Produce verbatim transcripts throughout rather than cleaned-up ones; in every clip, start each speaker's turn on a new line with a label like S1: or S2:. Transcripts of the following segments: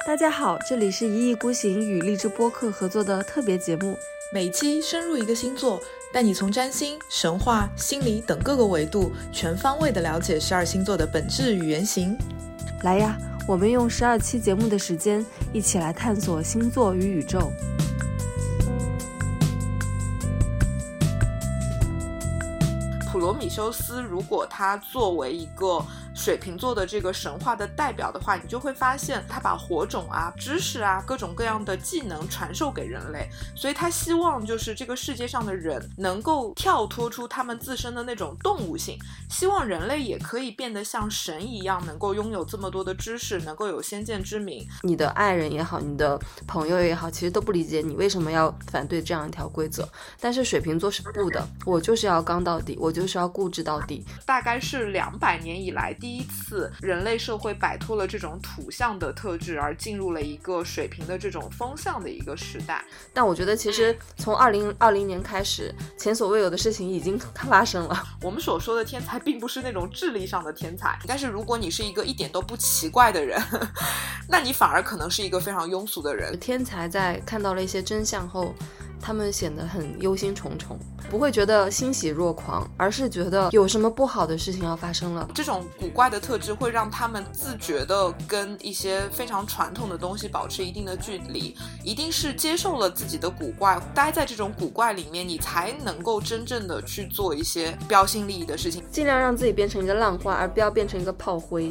S1: 大家好，这里是一意孤行与荔枝播客合作的特别节目，
S2: 每期深入一个星座，带你从占星、神话、心理等各个维度全方位的了解十二星座的本质与原型。
S1: 来呀，我们用十二期节目的时间一起来探索星座与宇宙。
S2: 普罗米修斯如果他作为一个水瓶座的这个神话的代表的话，你就会发现他把火种啊、知识啊、各种各样的技能传授给人类，所以他希望就是这个世界上的人能够跳脱出他们自身的那种动物性，希望人类也可以变得像神一样，能够拥有这么多的知识，能够有先见之明。
S1: 你的爱人也好，你的朋友也好，其实都不理解你为什么要反对这样一条规则，但是水瓶座是不的，我就是要刚到底，我就是要固执到底。
S2: 大概是两百年以来第一次人类社会摆脱了这种土象的特质，而进入了一个水瓶的这种风象的一个时代。
S1: 但我觉得其实从二零二零年开始，前所未有的事情已经发生了。
S2: 我们所说的天才并不是那种智力上的天才，但是如果你是一个一点都不奇怪的人，那你反而可能是一个非常庸俗的人。
S1: 天才在看到了一些真相后，他们显得很忧心忡忡，不会觉得欣喜若狂，而是觉得有什么不好的事情要发生了。
S2: 这种古怪的特质会让他们自觉的跟一些非常传统的东西保持一定的距离，一定是接受了自己的古怪，待在这种古怪里面，你才能够真正的去做一些标新立异的事情，
S1: 尽量让自己变成一个浪花，而不要变成一个炮灰。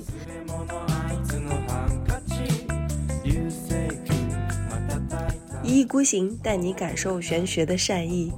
S1: 一意孤行，带你感受玄学的善意。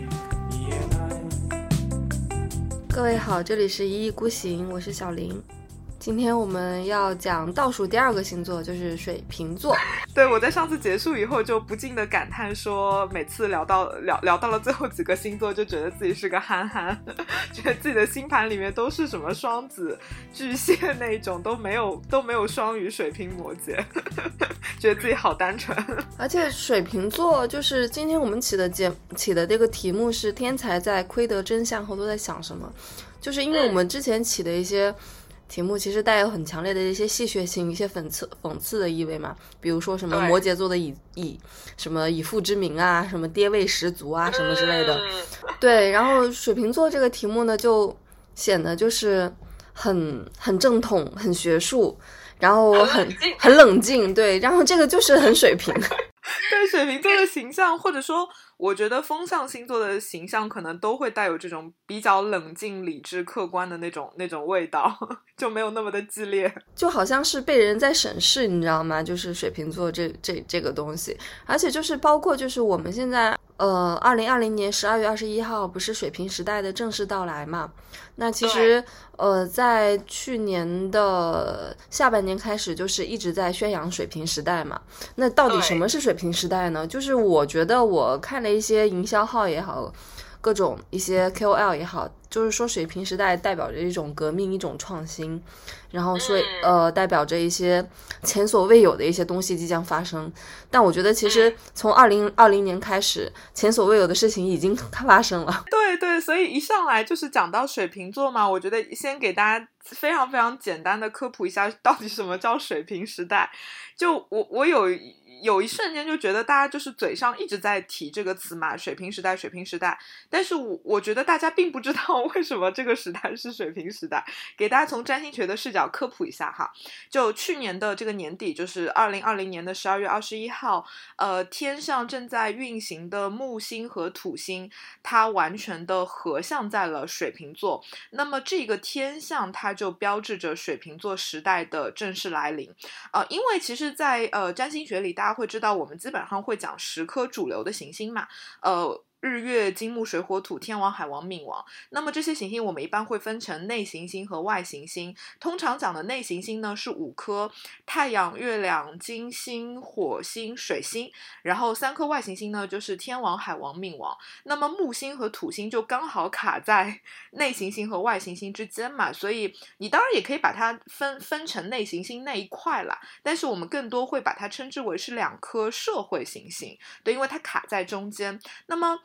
S1: 各位好，这里是一意孤行，我是小林。今天我们要讲倒数第二个星座，就是水瓶座。
S2: 对，我在上次结束以后就不禁的感叹说，每次聊到聊聊到了最后几个星座，就觉得自己是个憨憨，觉得自己的星盘里面都是什么双子、巨蟹那种，都没有都没有双鱼、水瓶、摩羯，觉得自己好单纯。
S1: 而且水瓶座就是今天我们起的节起的这个题目是天才在窥得真相后都在想什么，就是因为我们之前起的一些题目其实带有很强烈的一些戏谑性、一些讽刺讽刺的意味嘛，比如说什么摩羯座的以以什么以父之名啊，什么爹味十足啊，什么之类的。对，然后水瓶座这个题目呢，就显得就是很很正统、很学术，然后很很冷静，对，然后这个就是很水瓶。
S2: 对水瓶座的形象，或者说我觉得风象星座的形象可能都会带有这种比较冷静、理智、客观的那种那种味道，就没有那么的激烈，
S1: 就好像是被人在审视，你知道吗？就是水瓶座这这这个东西，而且就是包括就是我们现在呃，二零二零年十二月二十一号不是水瓶时代的正式到来嘛？那其实呃，在去年的下半年开始，就是一直在宣扬水瓶时代嘛。那到底什么是水瓶时代呢？就是我觉得我看了一些营销号也好，各种一些 K O L 也好，就是说水瓶时代代表着一种革命、一种创新，然后说呃代表着一些前所未有的一些东西即将发生。但我觉得其实从二零二零年开始，前所未有的事情已经发生了。
S2: 对对，所以一上来就是讲到水瓶座嘛，我觉得先给大家非常非常简单的科普一下到底什么叫水瓶时代。就我我有有一瞬间就觉得大家就是嘴上一直在提这个词嘛，水瓶时代水瓶时代，但是我我觉得大家并不知道为什么这个时代是水瓶时代，给大家从占星学的视角科普一下哈。就去年的这个年底，就是二零二零年的十二月二十一号，呃，天上正在运行的木星和土星，它完全的合相在了水瓶座，那么这个天象它就标志着水瓶座时代的正式来临。呃，因为其实在呃占星学里，大家会知道我们基本上会讲十颗主流的行星嘛，呃日月金木水火土天王海王冥王，那么这些行星我们一般会分成内行星和外行星，通常讲的内行星呢是五颗，太阳、月亮、金星、火星、水星，然后三颗外行星呢就是天王海王冥王，那么木星和土星就刚好卡在内行星和外行星之间嘛，所以你当然也可以把它分分成内行星那一块啦，但是我们更多会把它称之为是两颗社会行星，对，因为它卡在中间。那么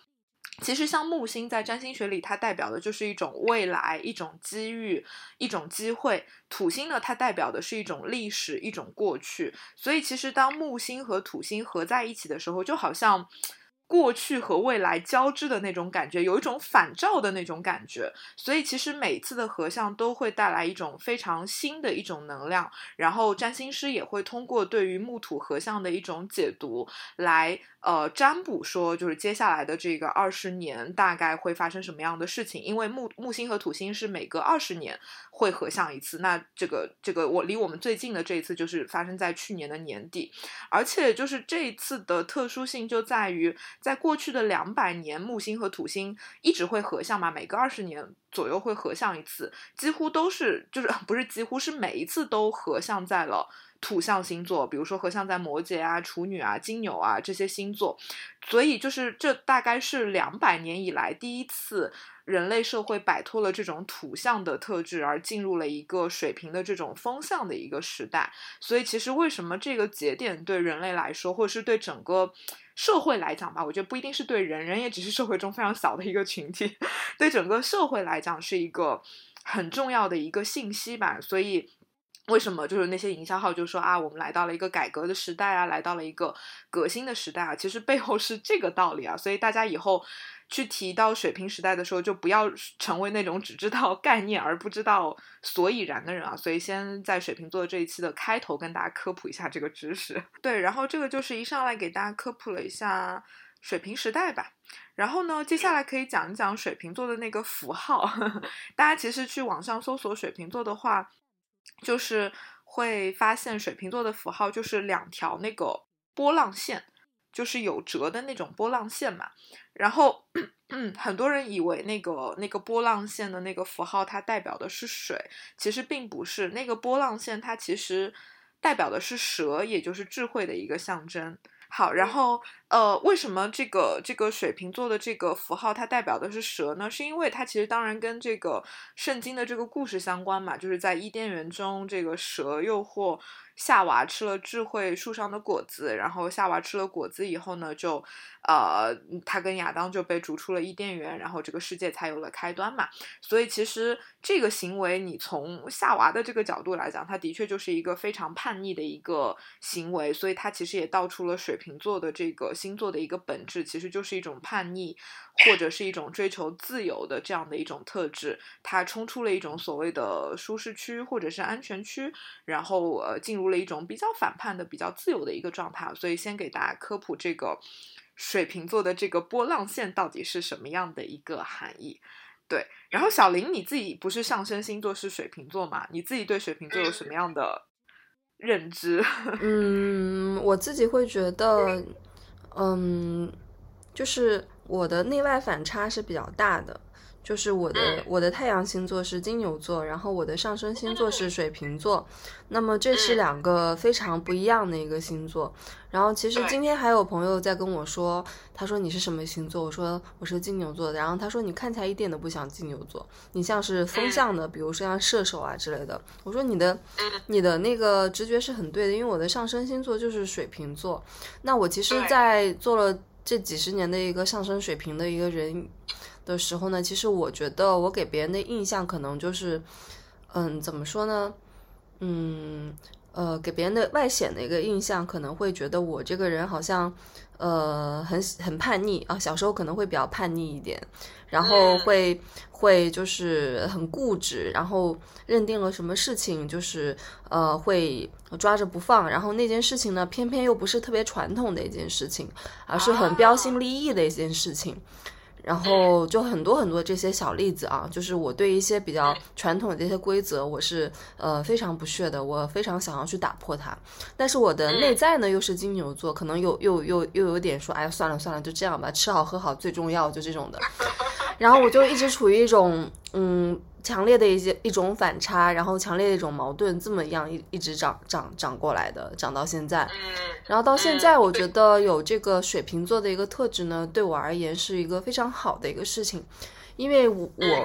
S2: 其实像木星在占星学里，它代表的就是一种未来、一种机遇、一种机会。土星呢，它代表的是一种历史、一种过去。所以其实当木星和土星合在一起的时候，就好像过去和未来交织的那种感觉，有一种反照的那种感觉。所以其实每次的合相都会带来一种非常新的一种能量，然后占星师也会通过对于木土合相的一种解读来呃占卜说，就是接下来的这个二十年大概会发生什么样的事情。因为木木星和土星是每隔二十年会合相一次，那这个这个我离我们最近的这一次就是发生在去年的年底。而且就是这一次的特殊性就在于，在过去的两百年，木星和土星一直会合相嘛，每隔二十年左右会合相一次，几乎都是就是不是几乎是每一次都合相在了土象星座，比如说合相在摩羯啊、处女啊、金牛啊这些星座。所以就是这大概是两百年以来第一次人类社会摆脱了这种土象的特质，而进入了一个水平的这种风象的一个时代。所以其实为什么这个节点对人类来说，或者是对整个社会来讲吧，我觉得不一定是对人，人也只是社会中非常小的一个群体，对整个社会来讲是一个很重要的一个信息吧。所以为什么就是那些营销号就说啊，我们来到了一个改革的时代啊，来到了一个革新的时代啊，其实背后是这个道理啊。所以大家以后去提到水瓶时代的时候，就不要成为那种只知道概念而不知道所以然的人啊。所以先在水瓶座这一期的开头跟大家科普一下这个知识。对，然后这个就是一上来给大家科普了一下水瓶时代吧。然后呢，接下来可以讲一讲水瓶座的那个符号。大家其实去网上搜索水瓶座的话，就是会发现水瓶座的符号就是两条那个波浪线，就是有折的那种波浪线嘛。然后嗯，很多人以为那个那个波浪线的那个符号它代表的是水，其实并不是。那个波浪线它其实代表的是蛇，也就是智慧的一个象征。好，然后呃，为什么这个这个水瓶座的这个符号它代表的是蛇呢？是因为它其实当然跟这个圣经的这个故事相关嘛，就是在伊甸园中，这个蛇诱惑夏娃吃了智慧树上的果子，然后夏娃吃了果子以后呢，就呃，他跟亚当就被逐出了伊甸园，然后这个世界才有了开端嘛。所以其实这个行为，你从夏娃的这个角度来讲，它的确就是一个非常叛逆的一个行为，所以它其实也道出了水瓶座的这个星座的一个本质，其实就是一种叛逆，或者是一种追求自由的这样的一种特质。它冲出了一种所谓的舒适区或者是安全区，然后呃进入了一种比较反叛的、比较自由的一个状态。所以先给大家科普这个水瓶座的这个波浪线到底是什么样的一个含义。对，然后小林你自己不是上升星座是水瓶座吗？你自己对水瓶座有什么样的认知？
S1: 嗯，我自己会觉得，嗯，就是我的内外反差是比较大的。就是我的我的太阳星座是金牛座，然后我的上升星座是水瓶座，那么这是两个非常不一样的一个星座。然后其实今天还有朋友在跟我说，他说你是什么星座？我说我是金牛座的。然后他说你看起来一点都不像金牛座，你像是风象的，比如说像射手啊之类的。我说你的你的那个直觉是很对的，因为我的上升星座就是水瓶座。那我其实在做了这几十年的一个上升水瓶的一个人的时候呢，其实我觉得我给别人的印象可能就是嗯怎么说呢嗯呃给别人的外显的一个印象可能会觉得我这个人好像呃很很叛逆啊，小时候可能会比较叛逆一点，然后会会就是很固执，然后认定了什么事情就是呃会抓着不放，然后那件事情呢偏偏又不是特别传统的一件事情，而是很标新立异的一件事情。然后就很多很多这些小例子啊，就是我对一些比较传统的这些规则我是呃非常不屑的，我非常想要去打破它。但是我的内在呢又是金牛座，可能又又又又有点说哎算了算了就这样吧，吃好喝好最重要，就这种的。然后我就一直处于一种嗯强烈的一些一种反差，然后强烈的一种矛盾，这么样一一直长长长过来的，长到现在。然后到现在我觉得有这个水瓶座的一个特质呢，对我而言是一个非常好的一个事情。因为我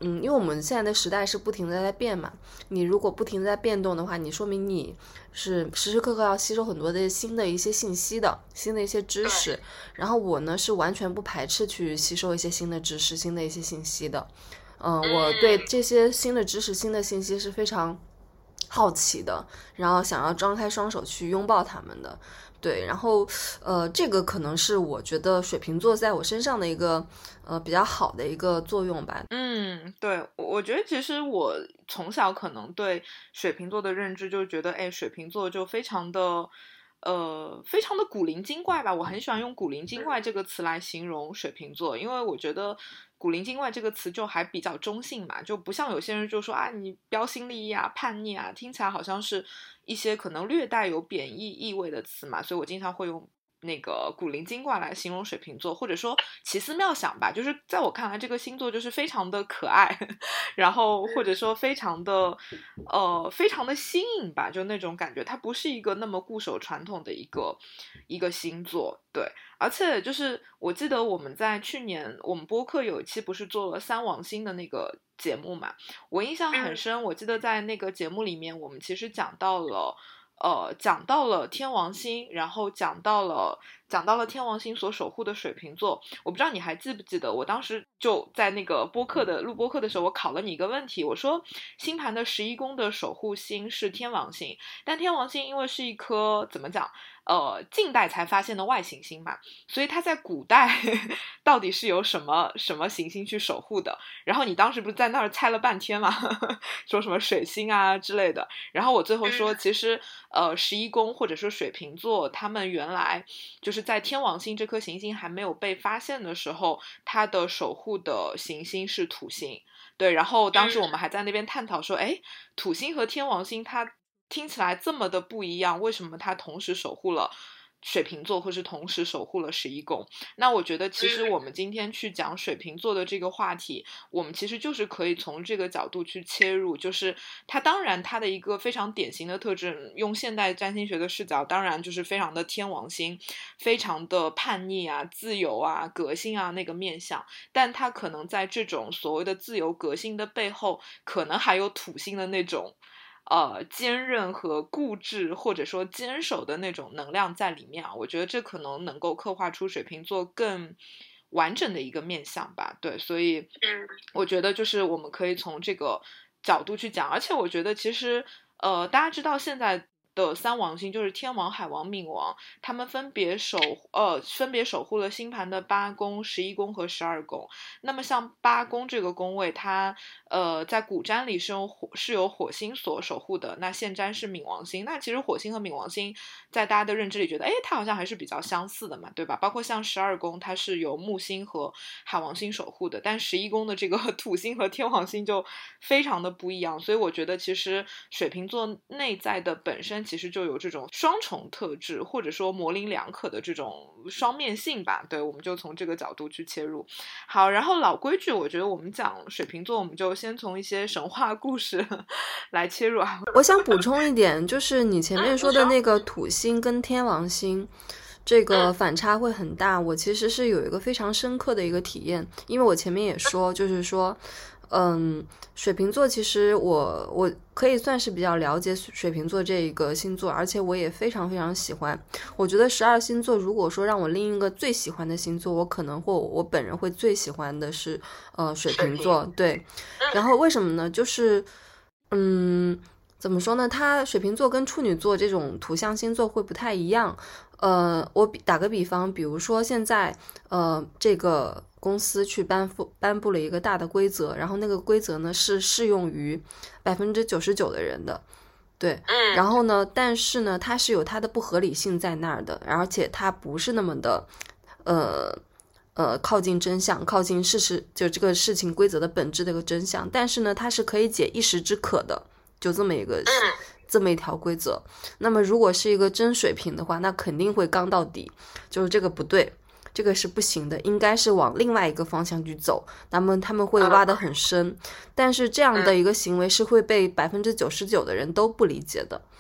S1: 嗯，因为我们现在的时代是不停的在变嘛，你如果不停的在变动的话，你说明你是时时刻刻要吸收很多的新的一些信息的，新的一些知识。然后我呢是完全不排斥去吸收一些新的知识、新的一些信息的。嗯、呃，我对这些新的知识、新的信息是非常好奇的，然后想要张开双手去拥抱他们的。对，然后呃，这个可能是我觉得水瓶座在我身上的一个呃比较好的一个作用吧。
S2: 嗯，对，我觉得其实我从小可能对水瓶座的认知就觉得，哎，水瓶座就非常的呃非常的古灵精怪吧。我很喜欢用古灵精怪这个词来形容水瓶座，因为我觉得古灵精怪这个词就还比较中性嘛，就不像有些人就说啊你标新立异啊、叛逆啊，听起来好像是一些可能略带有贬义意味的词嘛，所以我经常会用那个古灵精怪来形容水瓶座，或者说奇思妙想吧，就是在我看来这个星座就是非常的可爱，然后或者说非常的呃非常的新颖吧，就那种感觉，它不是一个那么固守传统的一个一个星座。对，而且就是我记得我们在去年我们播客有一期不是做了三王星的那个节目嘛，我印象很深，我记得在那个节目里面我们其实讲到了呃，讲到了天王星，然后讲到了讲到了天王星所守护的水瓶座。我不知道你还记不记得，我当时就在那个播客的录播客的时候，我考了你一个问题，我说星盘的十一宫的守护星是天王星，但天王星因为是一颗怎么讲？呃，近代才发现的外行星嘛，所以它在古代到底是由什么什么行星去守护的？然后你当时不是在那儿猜了半天嘛，说什么水星啊之类的。然后我最后说，其实呃，十一宫或者说水瓶座，他们原来就是在天王星这颗行星还没有被发现的时候，它的守护的行星是土星。对，然后当时我们还在那边探讨说，哎，土星和天王星它听起来这么的不一样，为什么它同时守护了水瓶座，或是同时守护了十一宫？那我觉得其实我们今天去讲水瓶座的这个话题，我们其实就是可以从这个角度去切入，就是它当然它的一个非常典型的特质，用现代占星学的视角，当然就是非常的天王星，非常的叛逆啊、自由啊、革新啊那个面向，但它可能在这种所谓的自由革新的背后，可能还有土星的那种呃，坚韧和固执，或者说坚守的那种能量在里面啊，我觉得这可能能够刻画出水瓶座更完整的一个面向吧。对，所以我觉得就是我们可以从这个角度去讲，而且我觉得其实呃，大家知道现在的三王星就是天王、海王、冥王，他们分别守呃分别守护了星盘的八宫、十一宫和十二宫。那么像八宫这个宫位，它呃在古占里是用火是由火星所守护的，那现占是冥王星。那其实火星和冥王星在大家的认知里觉得，哎，它好像还是比较相似的嘛，对吧？包括像十二宫，它是由木星和海王星守护的，但十一宫的这个土星和天王星就非常的不一样。所以我觉得其实水瓶座内在的本身其实就有这种双重特质，或者说模棱两可的这种双面性吧。对，我们就从这个角度去切入。好，然后老规矩，我觉得我们讲水瓶座，我们就先从一些神话故事来切入啊。
S1: 我想补充一点，就是你前面说的那个土星跟天王星，这个反差会很大。我其实是有一个非常深刻的一个体验，因为我前面也说，就是说嗯，水瓶座其实我我可以算是比较了解水瓶座这一个星座，而且我也非常非常喜欢。我觉得十二星座如果说让我另一个最喜欢的星座，我可能或我本人会最喜欢的是呃水瓶座。对，然后为什么呢？就是嗯怎么说呢，它水瓶座跟处女座这种土象星座会不太一样。呃，我打个比方，比如说现在呃这个公司去颁布颁布了一个大的规则，然后那个规则呢是适用于百分之九十九的人的，对，然后呢，但是呢，它是有它的不合理性在那儿的，而且它不是那么的，呃呃，靠近真相，靠近事实，就这个事情规则的本质的一个真相，但是呢，它是可以解一时之渴的，就这么一个。这么一条规则。那么如果是一个真水瓶的话，那肯定会刚到底，就是这个不对，这个是不行的，应该是往另外一个方向去走。那么他们会挖得很深，但是这样的一个行为是会被百分之九十九的人都不理解的。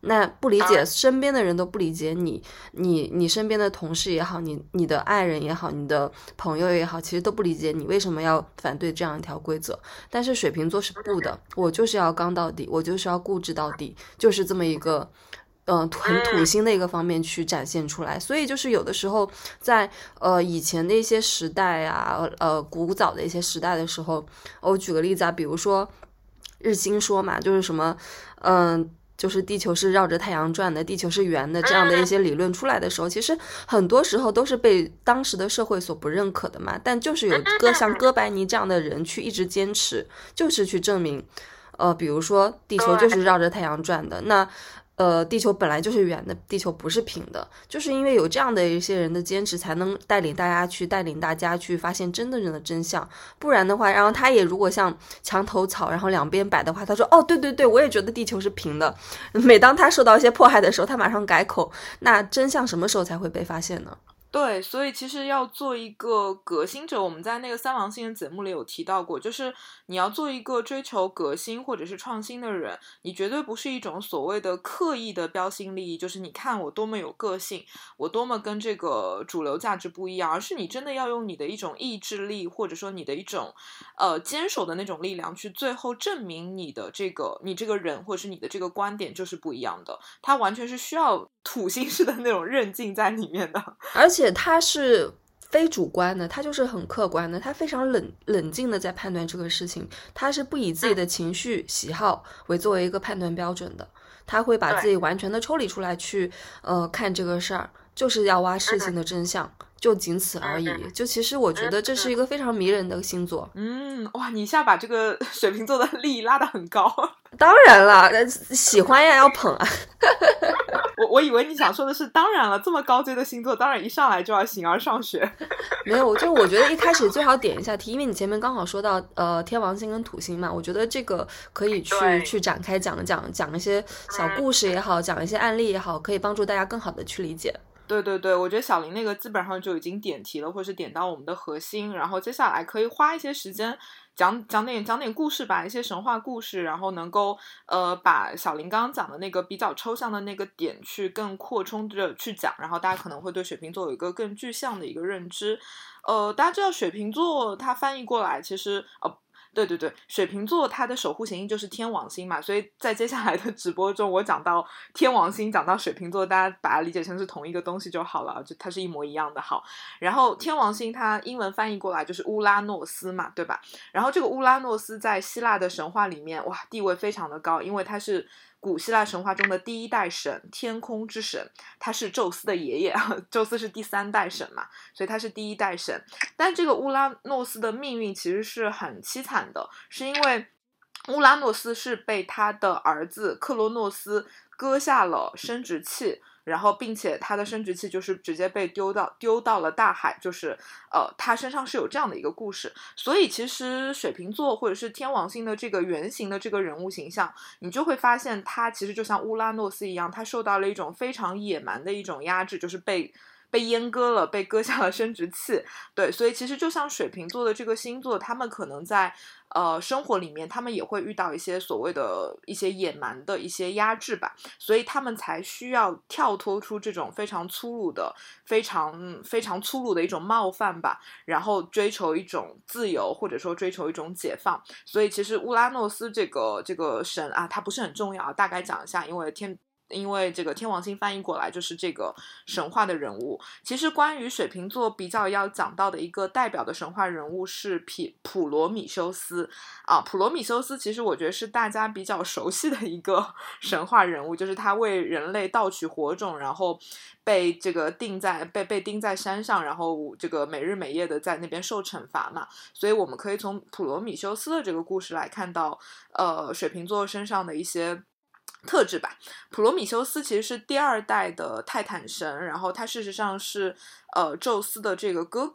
S1: 那不理解，身边的人都不理解你，你你身边的同事也好，你你的爱人也好，你的朋友也好，其实都不理解你为什么要反对这样一条规则。但是水瓶座是不的，我就是要刚到底，我就是要固执到底，就是这么一个呃，很土星的一个方面去展现出来。所以就是有的时候在呃以前的一些时代啊，呃古早的一些时代的时候，我举个例子啊，比如说日心说嘛，就是什么嗯、呃就是地球是绕着太阳转的，地球是圆的，这样的一些理论出来的时候，其实很多时候都是被当时的社会所不认可的嘛。但就是有哥像哥白尼这样的人去一直坚持，就是去证明呃比如说地球就是绕着太阳转的，那呃，地球本来就是圆的，地球不是平的，就是因为有这样的一些人的坚持，才能带领大家去带领大家去发现真的人的真相。不然的话，然后他也如果像墙头草，然后两边摆的话，他说哦，对对对，我也觉得地球是平的。每当他受到一些迫害的时候，他马上改口，那真相什么时候才会被发现呢？
S2: 对，所以其实要做一个革新者，我们在那个三王星的节目里有提到过，就是你要做一个追求革新或者是创新的人，你绝对不是一种所谓的刻意的标新立异，就是你看我多么有个性，我多么跟这个主流价值不一样，而是你真的要用你的一种意志力，或者说你的一种呃坚守的那种力量，去最后证明你的这个你这个人或者是你的这个观点就是不一样的，它完全是需要土星式的那种韧劲在里面的。
S1: 而且他是非主观的，他就是很客观的，他非常冷冷静的在判断这个事情，他是不以自己的情绪喜好为作为一个判断标准的，他会把自己完全的抽离出来去呃看这个事儿，就是要挖事情的真相，就仅此而已。就其实我觉得这是一个非常迷人的星座。
S2: 嗯，哇，你一下把这个水瓶座的利益拉得很高。
S1: 当然了，喜欢呀，要捧啊。
S2: 我我以为你想说的是，当然了，这么高阶的星座，当然一上来就要形而上学。
S1: 没有，就我觉得一开始最好点一下题，因为你前面刚好说到呃天王星跟土星嘛，我觉得这个可以去去展开讲讲，讲一些小故事也好，讲一些案例也好，可以帮助大家更好的去理解。
S2: 对对对，我觉得小林那个基本上就已经点题了，或是点到我们的核心，然后接下来可以花一些时间讲讲点讲点故事吧，一些神话故事，然后能够呃把小林刚刚讲的那个比较抽象的那个点去更扩充着去讲，然后大家可能会对水瓶座有一个更具象的一个认知。呃，大家知道水瓶座它翻译过来其实呃。对对对，水瓶座它的守护行星就是天王星嘛，所以在接下来的直播中，我讲到天王星，讲到水瓶座，大家把它理解成是同一个东西就好了，就它是一模一样的。好，然后天王星它英文翻译过来就是乌拉诺斯嘛，对吧？然后这个乌拉诺斯在希腊的神话里面，哇，地位非常的高，因为它是古希腊神话中的第一代神，天空之神，他是宙斯的爷爷，宙斯是第三代神嘛，所以他是第一代神。但这个乌拉诺斯的命运其实是很凄惨的，是因为乌拉诺斯是被他的儿子克罗诺斯割下了生殖器，然后并且他的生殖器就是直接被丢到丢到了大海，就是呃他身上是有这样的一个故事。所以其实水瓶座或者是天王星的这个原型的这个人物形象，你就会发现他其实就像乌拉诺斯一样，他受到了一种非常野蛮的一种压制，就是被被阉割了，被割下了生殖器。对，所以其实就像水瓶座的这个星座，他们可能在呃生活里面，他们也会遇到一些所谓的一些野蛮的一些压制吧，所以他们才需要跳脱出这种非常粗鲁的、非常非常粗鲁的一种冒犯吧，然后追求一种自由，或者说追求一种解放。所以其实乌拉诺斯这个这个神啊，它不是很重要，大概讲一下，因为天。因为这个天王星翻译过来就是这个神话的人物。其实关于水瓶座比较要讲到的一个代表的神话人物是普普罗米修斯啊。普罗米修斯其实我觉得是大家比较熟悉的一个神话人物，就是他为人类盗取火种，然后被这个钉在被被钉在山上，然后这个每日每夜的在那边受惩罚嘛。所以我们可以从普罗米修斯的这个故事来看到呃水瓶座身上的一些特质吧。普罗米修斯其实是第二代的泰坦神，然后他事实上是呃宙斯的这个哥哥。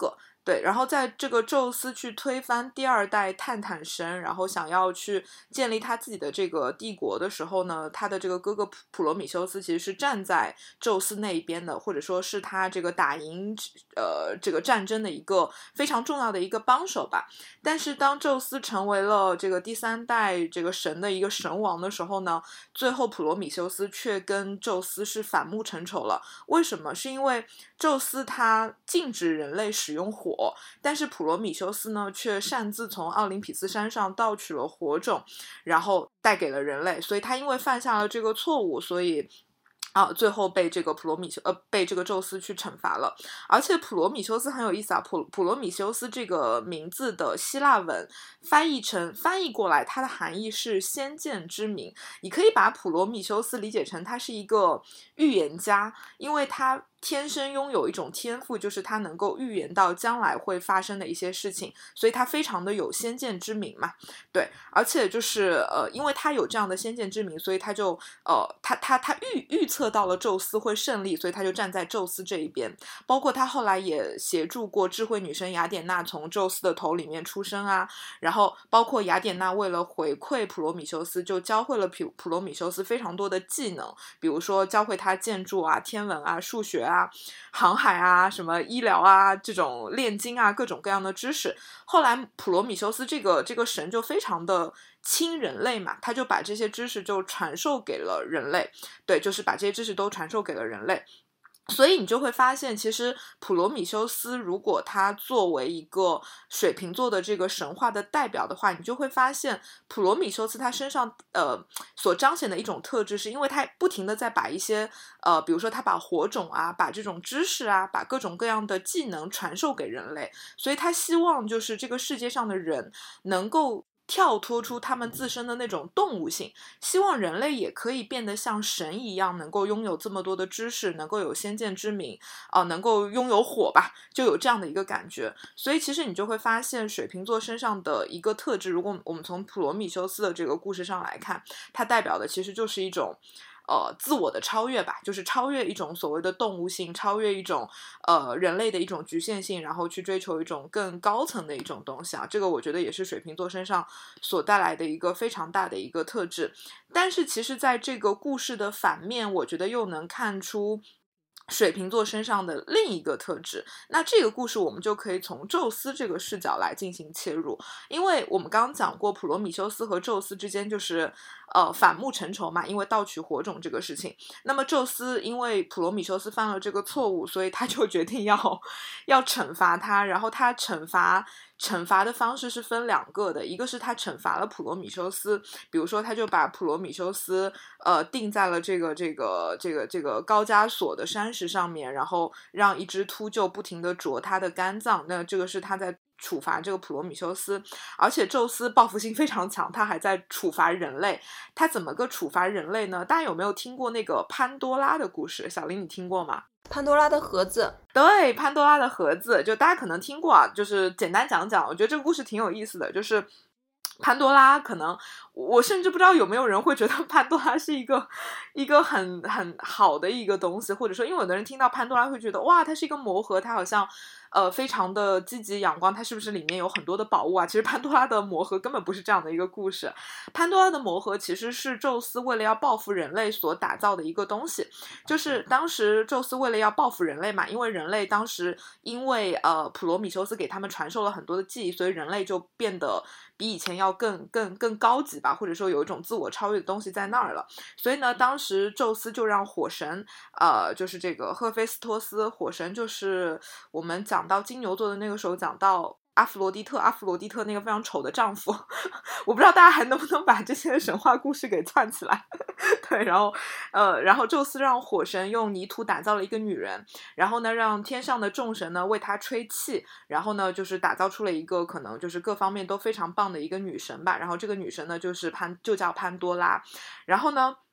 S2: 对，然后在这个宙斯去推翻第二代泰坦神，然后想要去建立他自己的这个帝国的时候呢，他的这个哥哥普普罗米修斯其实是站在宙斯那一边的，或者说是他这个打赢呃这个战争的一个非常重要的一个帮手吧。但是当宙斯成为了这个第三代这个神的一个神王的时候呢，最后普罗米修斯却跟宙斯是反目成仇了。为什么？是因为宙斯他禁止人类使用火，但是普罗米修斯呢却擅自从奥林匹斯山上盗取了火种，然后带给了人类，所以他因为犯下了这个错误，所以啊，最后被这个普罗米修呃被这个宙斯去惩罚了。而且普罗米修斯很有意思啊，普普罗米修斯这个名字的希腊文翻译成翻译过来，它的含义是先见之明。你可以把普罗米修斯理解成他是一个预言家，因为他天生拥有一种天赋，就是他能够预言到将来会发生的一些事情，所以他非常的有先见之明嘛。对，而且就是呃，因为他有这样的先见之明，所以他就呃，他他他预预测到了宙斯会胜利，所以他就站在宙斯这一边。包括他后来也协助过智慧女神雅典娜从宙斯的头里面出生啊，然后包括雅典娜为了回馈普罗米修斯，就教会了普普罗米修斯非常多的技能，比如说教会他建筑啊、天文啊、数学啊、航海啊、什么医疗啊、这种炼金啊，各种各样的知识。后来普罗米修斯这个这个神就非常的亲人类嘛，他就把这些知识就传授给了人类，对，就是把这些知识都传授给了人类。所以你就会发现，其实普罗米修斯如果他作为一个水瓶座的这个神话的代表的话，你就会发现普罗米修斯他身上呃所彰显的一种特质，是因为他不停的在把一些呃比如说他把火种啊，把这种知识啊，把各种各样的技能传授给人类，所以他希望就是这个世界上的人能够跳脱出他们自身的那种动物性，希望人类也可以变得像神一样，能够拥有这么多的知识，能够有先见之明啊、呃，能够拥有火吧，就有这样的一个感觉。所以其实你就会发现水瓶座身上的一个特质，如果我们从普罗米修斯的这个故事上来看，它代表的其实就是一种呃，自我的超越吧，就是超越一种所谓的动物性，超越一种呃人类的一种局限性，然后去追求一种更高层的一种东西啊。这个我觉得也是水瓶座身上所带来的一个非常大的一个特质。但是其实在这个故事的反面，我觉得又能看出水瓶座身上的另一个特质。那这个故事我们就可以从宙斯这个视角来进行切入，因为我们刚刚讲过普罗米修斯和宙斯之间就是呃反目成仇嘛，因为盗取火种这个事情。那么宙斯因为普罗米修斯犯了这个错误，所以他就决定要要惩罚他，然后他惩罚惩罚的方式是分两个的，一个是他惩罚了普罗米修斯，比如说他就把普罗米修斯呃定在了这个这个这个这个高加索的山石上面，然后让一只秃鹫不停地啄他的肝脏，那这个是他在处罚这个普罗米修斯。而且宙斯报复心非常强，他还在处罚人类。他怎么个处罚人类呢？大家有没有听过那个潘多拉的故事？小林你听过吗？
S1: 潘多拉的盒子，
S2: 对，潘多拉的盒子，就大家可能听过啊，就是简单讲讲，我觉得这个故事挺有意思的，就是潘多拉可能我甚至不知道有没有人会觉得潘多拉是一个一个很很好的一个东西，或者说因为有的人听到潘多拉会觉得哇它是一个魔盒，它好像呃非常的积极阳光，它是不是里面有很多的宝物啊？其实潘多拉的魔盒根本不是这样的一个故事。潘多拉的魔盒其实是宙斯为了要报复人类所打造的一个东西，就是当时宙斯为了要报复人类嘛，因为人类当时因为呃普罗米修斯给他们传授了很多的记忆，所以人类就变得比以前要更更更高级吧，或者说有一种自我超越的东西在那儿了。所以呢，当时宙斯就让火神，呃，就是这个赫菲斯托斯，火神就是我们讲到金牛座的那个时候讲到阿弗罗狄特，阿弗罗狄特那个非常丑的丈夫，我不知道大家还能不能把这些神话故事给串起来。对，然后呃，然后宙斯让火神用泥土打造了一个女人，然后呢，让天上的众神呢为她吹气，然后呢，就是打造出了一个可能就是各方面都非常棒的一个女神吧。然后这个女神呢，就是潘，就叫潘多拉。然后呢，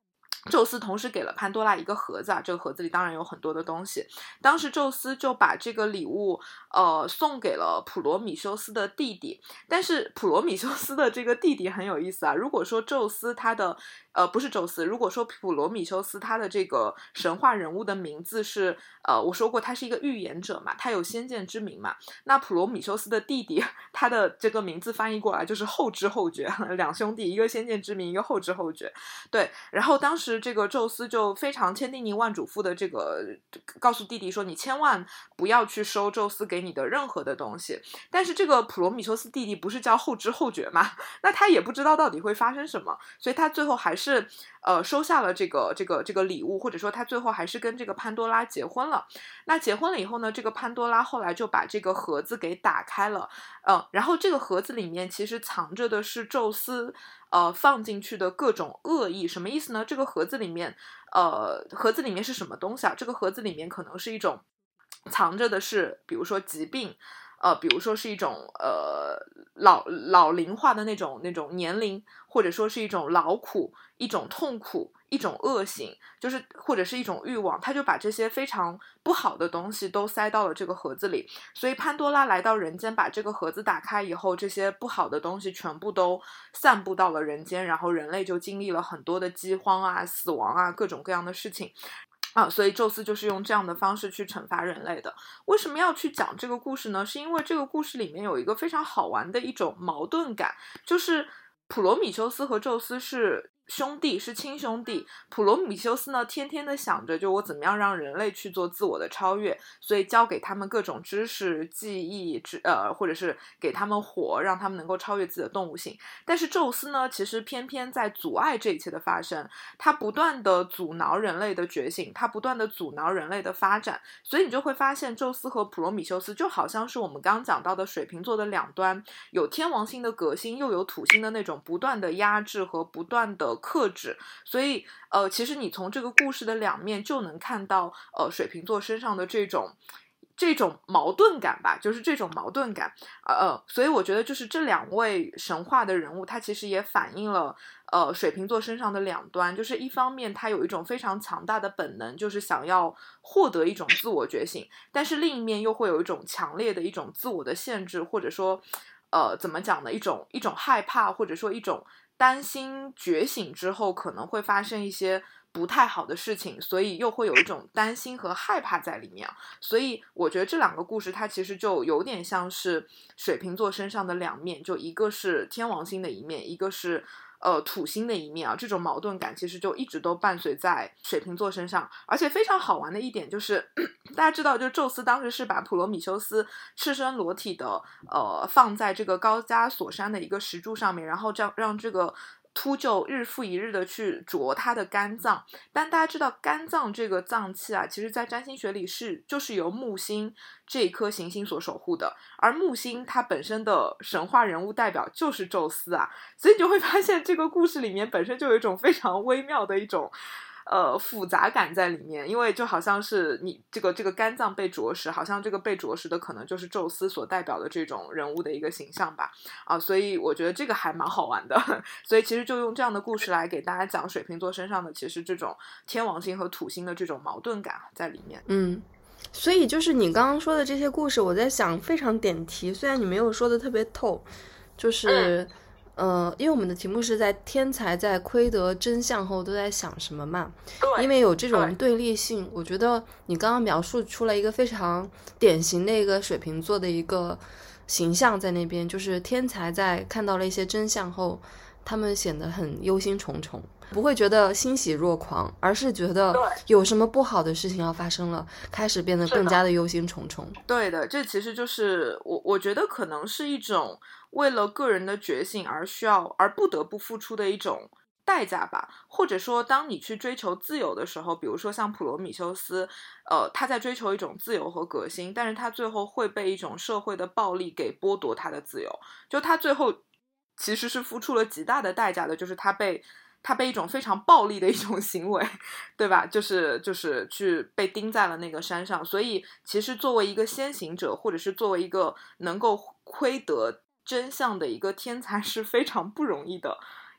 S2: 宙斯同时给了潘多拉一个盒子啊，这个盒子里当然有很多的东西。当时宙斯就把这个礼物呃送给了普罗米修斯的弟弟，但是普罗米修斯的这个弟弟很有意思啊。如果说宙斯他的呃不是宙斯，如果说普罗米修斯他的这个神话人物的名字是呃我说过他是一个预言者嘛，他有先见之明嘛，那普罗米修斯的弟弟他的这个名字翻译过来就是后知后觉，两兄弟一个先见之明，一个后知后觉。对，然后当时这个宙斯就非常千叮咛万嘱咐的这个告诉弟弟说，你千万不要去收宙斯给你的任何的东西。但是这个普罗米修斯弟弟不是叫后知后觉吗？那他也不知道到底会发生什么，所以他最后还是呃收下了这个这个这个礼物，或者说他最后还是跟这个潘多拉结婚了。那结婚了以后呢，这个潘多拉后来就把这个盒子给打开了，呃，然后这个盒子里面其实藏着的是宙斯呃放进去的各种恶意。什么意思呢？这个盒子里面呃盒子里面是什么东西啊？这个盒子里面可能是一种藏着的是比如说疾病，呃，比如说是一种呃老老龄化的那种那种年龄，或者说是一种劳苦，一种痛苦，一种恶行，就是或者是一种欲望，他就把这些非常不好的东西都塞到了这个盒子里。所以潘多拉来到人间，把这个盒子打开以后，这些不好的东西全部都散布到了人间，然后人类就经历了很多的饥荒啊、死亡啊，各种各样的事情。啊，所以宙斯就是用这样的方式去惩罚人类的。为什么要去讲这个故事呢？是因为这个故事里面有一个非常好玩的一种矛盾感，就是普罗米修斯和宙斯是兄弟，是亲兄弟。普罗米修斯呢，天天的想着就我怎么样让人类去做自我的超越，所以教给他们各种知识、技艺，呃，或者是给他们火，让他们能够超越自己的动物性。但是宙斯呢，其实偏偏在阻碍这一切的发生，他不断的阻挠人类的觉醒，他不断的阻挠人类的发展。所以你就会发现，宙斯和普罗米修斯就好像是我们刚刚讲到的水瓶座的两端，有天王星的革新，又有土星的那种不断的压制和不断的克制。所以呃，其实你从这个故事的两面就能看到呃水瓶座身上的这种这种矛盾感吧，就是这种矛盾感呃，所以我觉得就是这两位神话的人物，他其实也反映了呃水瓶座身上的两端，就是一方面他有一种非常强大的本能，就是想要获得一种自我觉醒，但是另一面又会有一种强烈的一种自我的限制，或者说呃怎么讲呢，一种一种害怕，或者说一种担心觉醒之后可能会发生一些不太好的事情，所以又会有一种担心和害怕在里面。所以我觉得这两个故事它其实就有点像是水瓶座身上的两面，就一个是天王星的一面，一个是呃土星的一面啊。这种矛盾感其实就一直都伴随在水瓶座身上。而且非常好玩的一点就是大家知道，就宙斯当时是把普罗米修斯赤身裸体的呃放在这个高加索山的一个石柱上面，然后这样让这个秃鹫日复一日的去啄他的肝脏。但大家知道肝脏这个脏器啊，其实在占星学里是就是由木星这一颗行星所守护的，而木星它本身的神话人物代表就是宙斯啊，所以你就会发现这个故事里面本身就有一种非常微妙的一种呃复杂感在里面。因为就好像是你这个这个肝脏被啄食，好像这个被啄食的可能就是宙斯所代表的这种人物的一个形象吧。啊，所以我觉得这个还蛮好玩的。所以其实就用这样的故事来给大家讲水瓶座身上的其实这种天王星和土星的这种矛盾感在里面。
S1: 嗯，所以就是你刚刚说的这些故事，我在想非常点题，虽然你没有说的特别透，就是呃，因为我们的题目是在天才在窥得真相后都在想什么嘛，因为有这种对立性，我觉得你刚刚描述出了一个非常典型的一个水瓶座的一个形象在那边，就是天才在看到了一些真相后，他们显得很忧心忡忡，不会觉得欣喜若狂，而是觉得有什么不好的事情要发生了，开始变得更加的忧心忡忡。
S2: 对的，这其实就是我我觉得可能是一种为了个人的觉醒而需要而不得不付出的一种代价吧。或者说当你去追求自由的时候，比如说像普罗米修斯呃，他在追求一种自由和革新，但是他最后会被一种社会的暴力给剥夺他的自由，就他最后其实是付出了极大的代价的，就是他被他被一种非常暴力的一种行为，对吧，就是就是去被钉在了那个山上。所以其实作为一个先行者，或者是作为一个能够窥得真相的一个天才是非常不容易的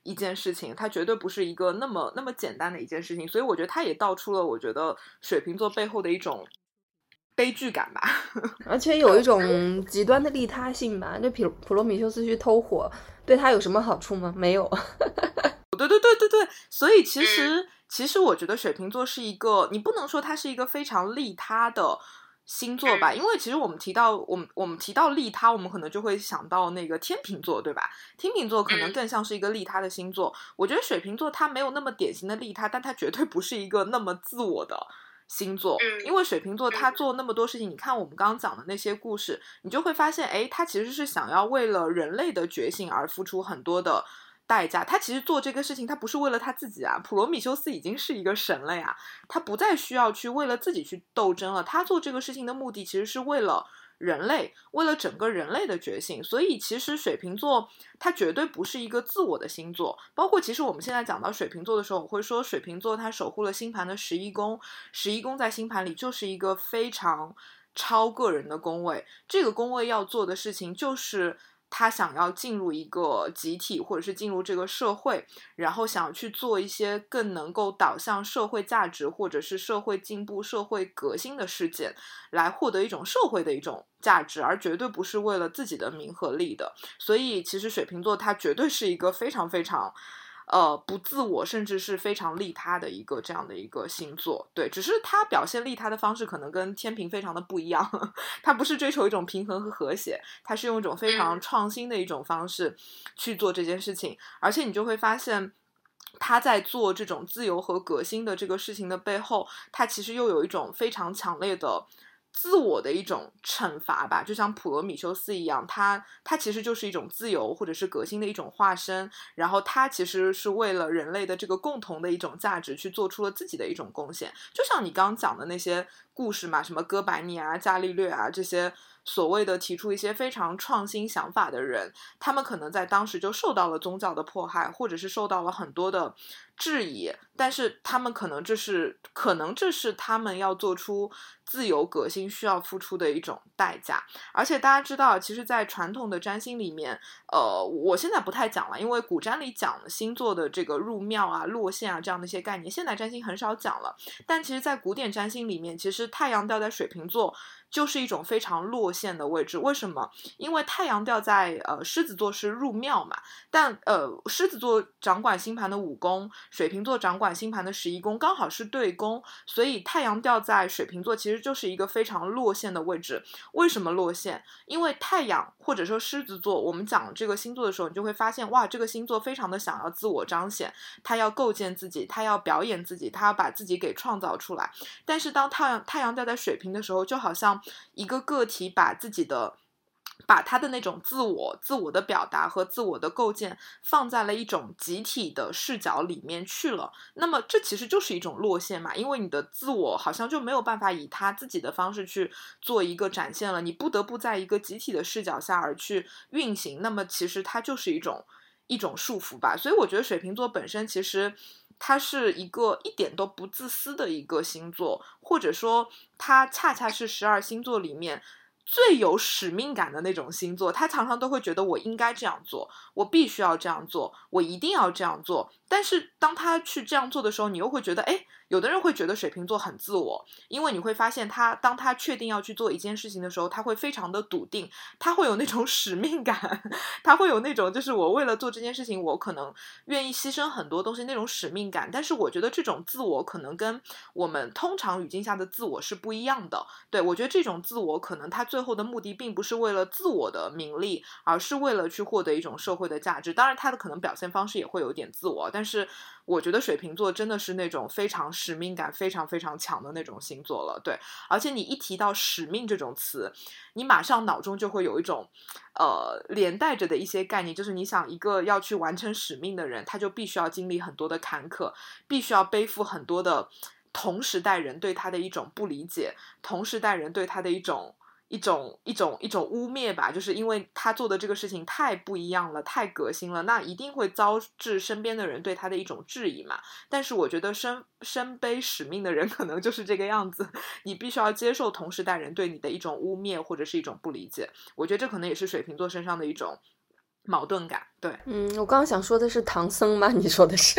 S2: 一件事情，它绝对不是一个那么那么简单的一件事情，所以我觉得它也道出了我觉得水瓶座背后的一种悲剧感吧。
S1: 而且有一种极端的利他性吧，就普普罗米修斯去偷火，对他有什么好处吗？没有。
S2: 对对对对对，所以其实其实我觉得水瓶座是一个，你不能说它是一个非常利他的星座吧，因为其实我们提到我们我们提到利他，我们可能就会想到那个天秤座，对吧？天秤座可能更像是一个利他的星座。我觉得水瓶座它没有那么典型的利他，但它绝对不是一个那么自我的星座，因为水瓶座他做那么多事情，你看我们刚刚讲的那些故事，你就会发现，哎，他其实是想要为了人类的觉醒而付出很多的代价。他其实做这个事情，他不是为了他自己啊，普罗米修斯已经是一个神了呀，他不再需要去为了自己去斗争了，他做这个事情的目的其实是为了人类，为了整个人类的觉醒。所以其实水瓶座它绝对不是一个自我的星座，包括其实我们现在讲到水瓶座的时候，我会说水瓶座它守护了星盘的十一宫，十一宫在星盘里就是一个非常超个人的宫位，这个宫位要做的事情就是他想要进入一个集体，或者是进入这个社会，然后想去做一些更能够导向社会价值或者是社会进步、社会革新的事件，来获得一种社会的一种价值，而绝对不是为了自己的名和利的。所以其实水瓶座它绝对是一个非常非常呃，不自我，甚至是非常利他的一个这样的一个星座。对，只是他表现利他的方式可能跟天平非常的不一样，他不是追求一种平衡和和谐，他是用一种非常创新的一种方式去做这件事情。而且你就会发现他在做这种自由和革新的这个事情的背后，他其实又有一种非常强烈的自我的一种惩罚吧，就像普罗米修斯一样，他他其实就是一种自由或者是革新的一种化身，然后他其实是为了人类的这个共同的一种价值去做出了自己的一种贡献。就像你刚刚讲的那些故事嘛，什么哥白尼啊、伽利略啊，这些所谓的提出一些非常创新想法的人，他们可能在当时就受到了宗教的迫害，或者是受到了很多的质疑，但是他们可能这是可能这是他们要做出自由革新需要付出的一种代价。而且大家知道，其实在传统的占星里面，呃，我现在不太讲了，因为古占里讲星座的这个入庙啊、落线啊这样的一些概念，现代占星很少讲了。但其实在古典占星里面，其实太阳掉在水瓶座就是一种非常落线的位置。为什么？因为太阳掉在呃狮子座是入庙嘛，但呃狮子座掌管星盘的五宫，水瓶座掌管星盘的十一宫，刚好是对宫，所以太阳掉在水瓶座其实就是一个非常落线的位置。为什么落线？因为太阳或者说狮子座，我们讲这个星座的时候，你就会发现，哇，这个星座非常的想要自我彰显，他要构建自己，他要表演自己，他要把自己给创造出来。但是当太阳太阳掉在水瓶的时候，就好像一个个体把自己的把他的那种自我自我的表达和自我的构建放在了一种集体的视角里面去了，那么这其实就是一种落线嘛，因为你的自我好像就没有办法以他自己的方式去做一个展现了，你不得不在一个集体的视角下而去运行，那么其实它就是一种一种束缚吧。所以我觉得水瓶座本身其实它是一个一点都不自私的一个星座，或者说它恰恰是十二星座里面最有使命感的那种星座，他常常都会觉得我应该这样做，我必须要这样做，我一定要这样做。但是当他去这样做的时候，你又会觉得，哎，有的人会觉得水瓶座很自我，因为你会发现他当他确定要去做一件事情的时候，他会非常的笃定，他会有那种使命感，他会有那种就是我为了做这件事情，我可能愿意牺牲很多东西那种使命感。但是我觉得这种自我可能跟我们通常语境下的自我是不一样的。对，我觉得这种自我可能他最后的目的并不是为了自我的名利，而是为了去获得一种社会的价值。当然他的可能表现方式也会有点自我，但是我觉得水瓶座真的是那种非常使命感非常非常强的那种星座了。对，而且你一提到使命这种词，你马上脑中就会有一种呃连带着的一些概念，就是你想一个要去完成使命的人，他就必须要经历很多的坎坷，必须要背负很多的同时代人对他的一种不理解，同时代人对他的一种一种一种一种污蔑吧，就是因为他做的这个事情太不一样了，太革新了，那一定会遭致身边的人对他的一种质疑嘛。但是我觉得身身背使命的人可能就是这个样子，你必须要接受同时代人对你的一种污蔑或者是一种不理解。我觉得这可能也是水瓶座身上的一种矛盾感。对，
S1: 嗯，我刚刚想说的是唐僧吗？你说的是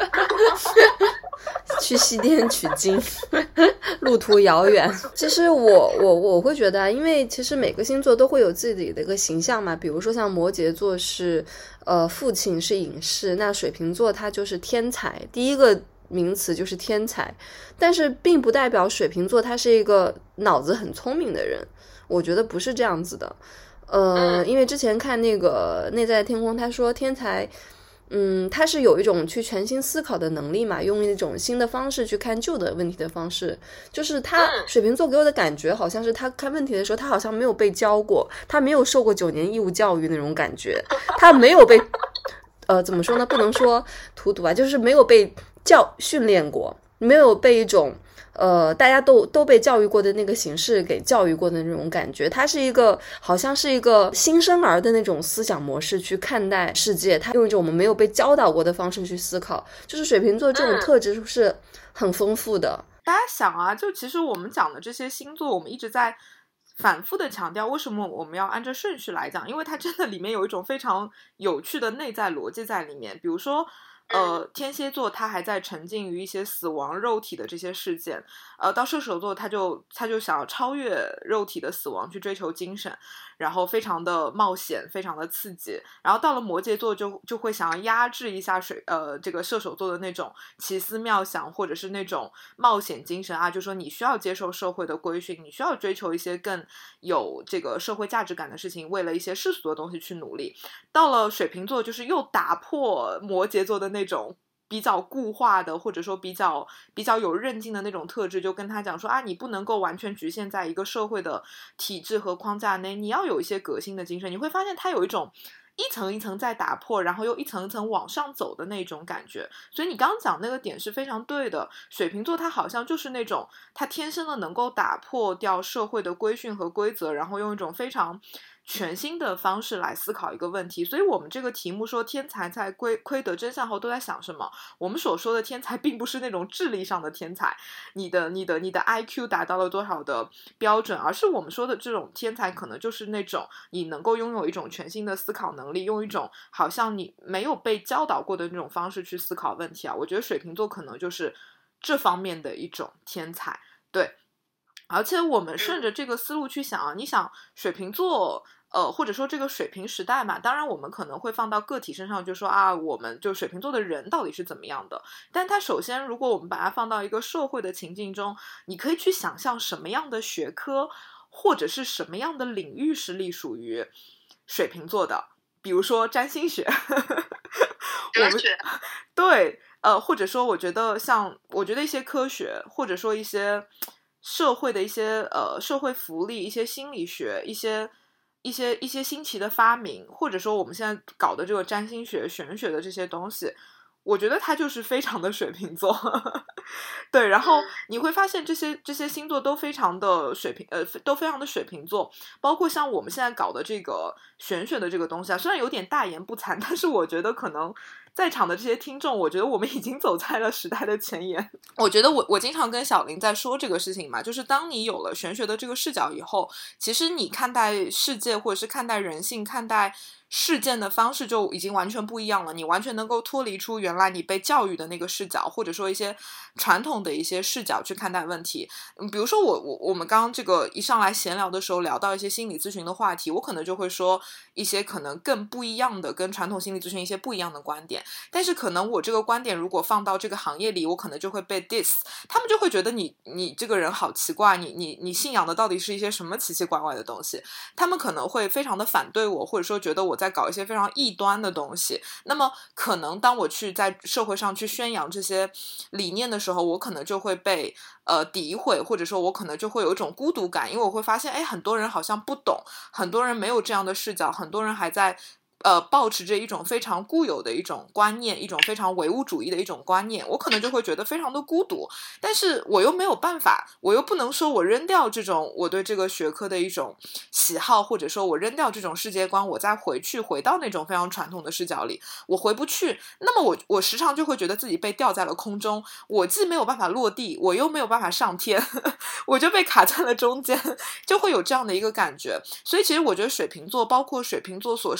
S1: 去西天取经路途遥远。其实我我我会觉得，因为其实每个星座都会有自己的一个形象嘛，比如说像摩羯座是呃父亲是隐士，那水瓶座它就是天才，第一个名词就是天才，但是并不代表水瓶座他是一个脑子很聪明的人，我觉得不是这样子的。呃，因为之前看那个内在的天空，他说天才，嗯，他是有一种去全新思考的能力嘛，用一种新的方式去看旧的问题的方式，就是他水瓶座给我的感觉好像是他看问题的时候，他好像没有被教过，他没有受过九年义务教育那种感觉，他没有被，呃，怎么说呢？不能说荼毒啊，就是没有被教训练过，没有被一种。呃，大家都都被教育过的那个形式给教育过的那种感觉，它是一个好像是一个新生儿的那种思想模式去看待世界，他用一种我们没有被教导过的方式去思考，就是水瓶座这种特质是很丰富的。
S2: 嗯、大家想啊，就其实我们讲的这些星座，我们一直在反复的强调为什么我们要按照顺序来讲，因为它真的里面有一种非常有趣的内在逻辑在里面。比如说呃，天蝎座他还在沉浸于一些死亡肉体的这些事件，呃，到射手座他就他就想要超越肉体的死亡，去追求精神，然后非常的冒险，非常的刺激。然后到了摩羯座就就会想要压制一下水呃这个射手座的那种奇思妙想，或者是那种冒险精神啊，就说你需要接受社会的规训，你需要追求一些更有这个社会价值感的事情，为了一些世俗的东西去努力。到了水瓶座就是又打破摩羯座的那种比较固化的，或者说比较比较有韧劲的那种特质，就跟他讲说啊，你不能够完全局限在一个社会的体制和框架内，你要有一些革新的精神。你会发现他有一种一层一层在打破，然后又一层一层往上走的那种感觉。所以你刚刚讲那个点是非常对的，水瓶座他好像就是那种他天生的能够打破掉社会的规训和规则，然后用一种非常全新的方式来思考一个问题。所以我们这个题目说天才在窥窥得真相后都在想什么，我们所说的天才并不是那种智力上的天才，你的你的你的 I Q 达到了多少的标准，而是我们说的这种天才可能就是那种你能够拥有一种全新的思考能力，用一种好像你没有被教导过的那种方式去思考问题啊。我觉得水瓶座可能就是这方面的一种天才。对，而且我们顺着这个思路去想啊，你想水瓶座呃，或者说这个水瓶时代嘛，当然我们可能会放到个体身上，就说啊，我们就水瓶座的人到底是怎么样的。但它首先如果我们把它放到一个社会的情境中，你可以去想象什么样的学科或者是什么样的领域是隶属于水瓶座的，比如说占星学
S3: 哲学
S2: 对呃，或者说我觉得像我觉得一些科学，或者说一些社会的一些呃社会福利，一些心理学，一些一些一些新奇的发明，或者说我们现在搞的这个占星学玄学的这些东西，我觉得它就是非常的水瓶座对，然后你会发现这些这些星座都非常的水瓶呃都非常的水瓶座，包括像我们现在搞的这个玄学的这个东西啊，虽然有点大言不惭，但是我觉得可能在场的这些听众，我觉得我们已经走在了时代的前沿。我觉得我我经常跟小林在说这个事情嘛，就是当你有了玄学的这个视角以后，其实你看待世界或者是看待人性看待事件的方式就已经完全不一样了，你完全能够脱离出原来你被教育的那个视角，或者说一些传统的一些视角去看待问题。嗯，比如说我我我们刚刚这个一上来闲聊的时候聊到一些心理咨询的话题，我可能就会说一些可能更不一样的跟传统心理咨询一些不一样的观点，但是可能我这个观点如果放到这个行业里，我可能就会被 diss， 他们就会觉得你你这个人好奇怪，你你你信仰的到底是一些什么奇奇怪怪的东西，他们可能会非常的反对我，或者说觉得我在搞一些非常异端的东西。那么可能当我去在社会上去宣扬这些理念的时候，我可能就会被呃诋毁，或者说我可能就会有一种孤独感，因为我会发现哎，很多人好像不懂，很多人没有这样的视角，很多人还在呃，抱持着一种非常固有的一种观念，一种非常唯物主义的一种观念，我可能就会觉得非常的孤独，但是我又没有办法，我又不能说我扔掉这种我对这个学科的一种喜好，或者说我扔掉这种世界观，我再回去回到那种非常传统的视角里，我回不去，那么我我时常就会觉得自己被吊在了空中，我既没有办法落地，我又没有办法上天我就被卡在了中间，就会有这样的一个感觉。所以其实我觉得水瓶座包括水瓶座所涉及的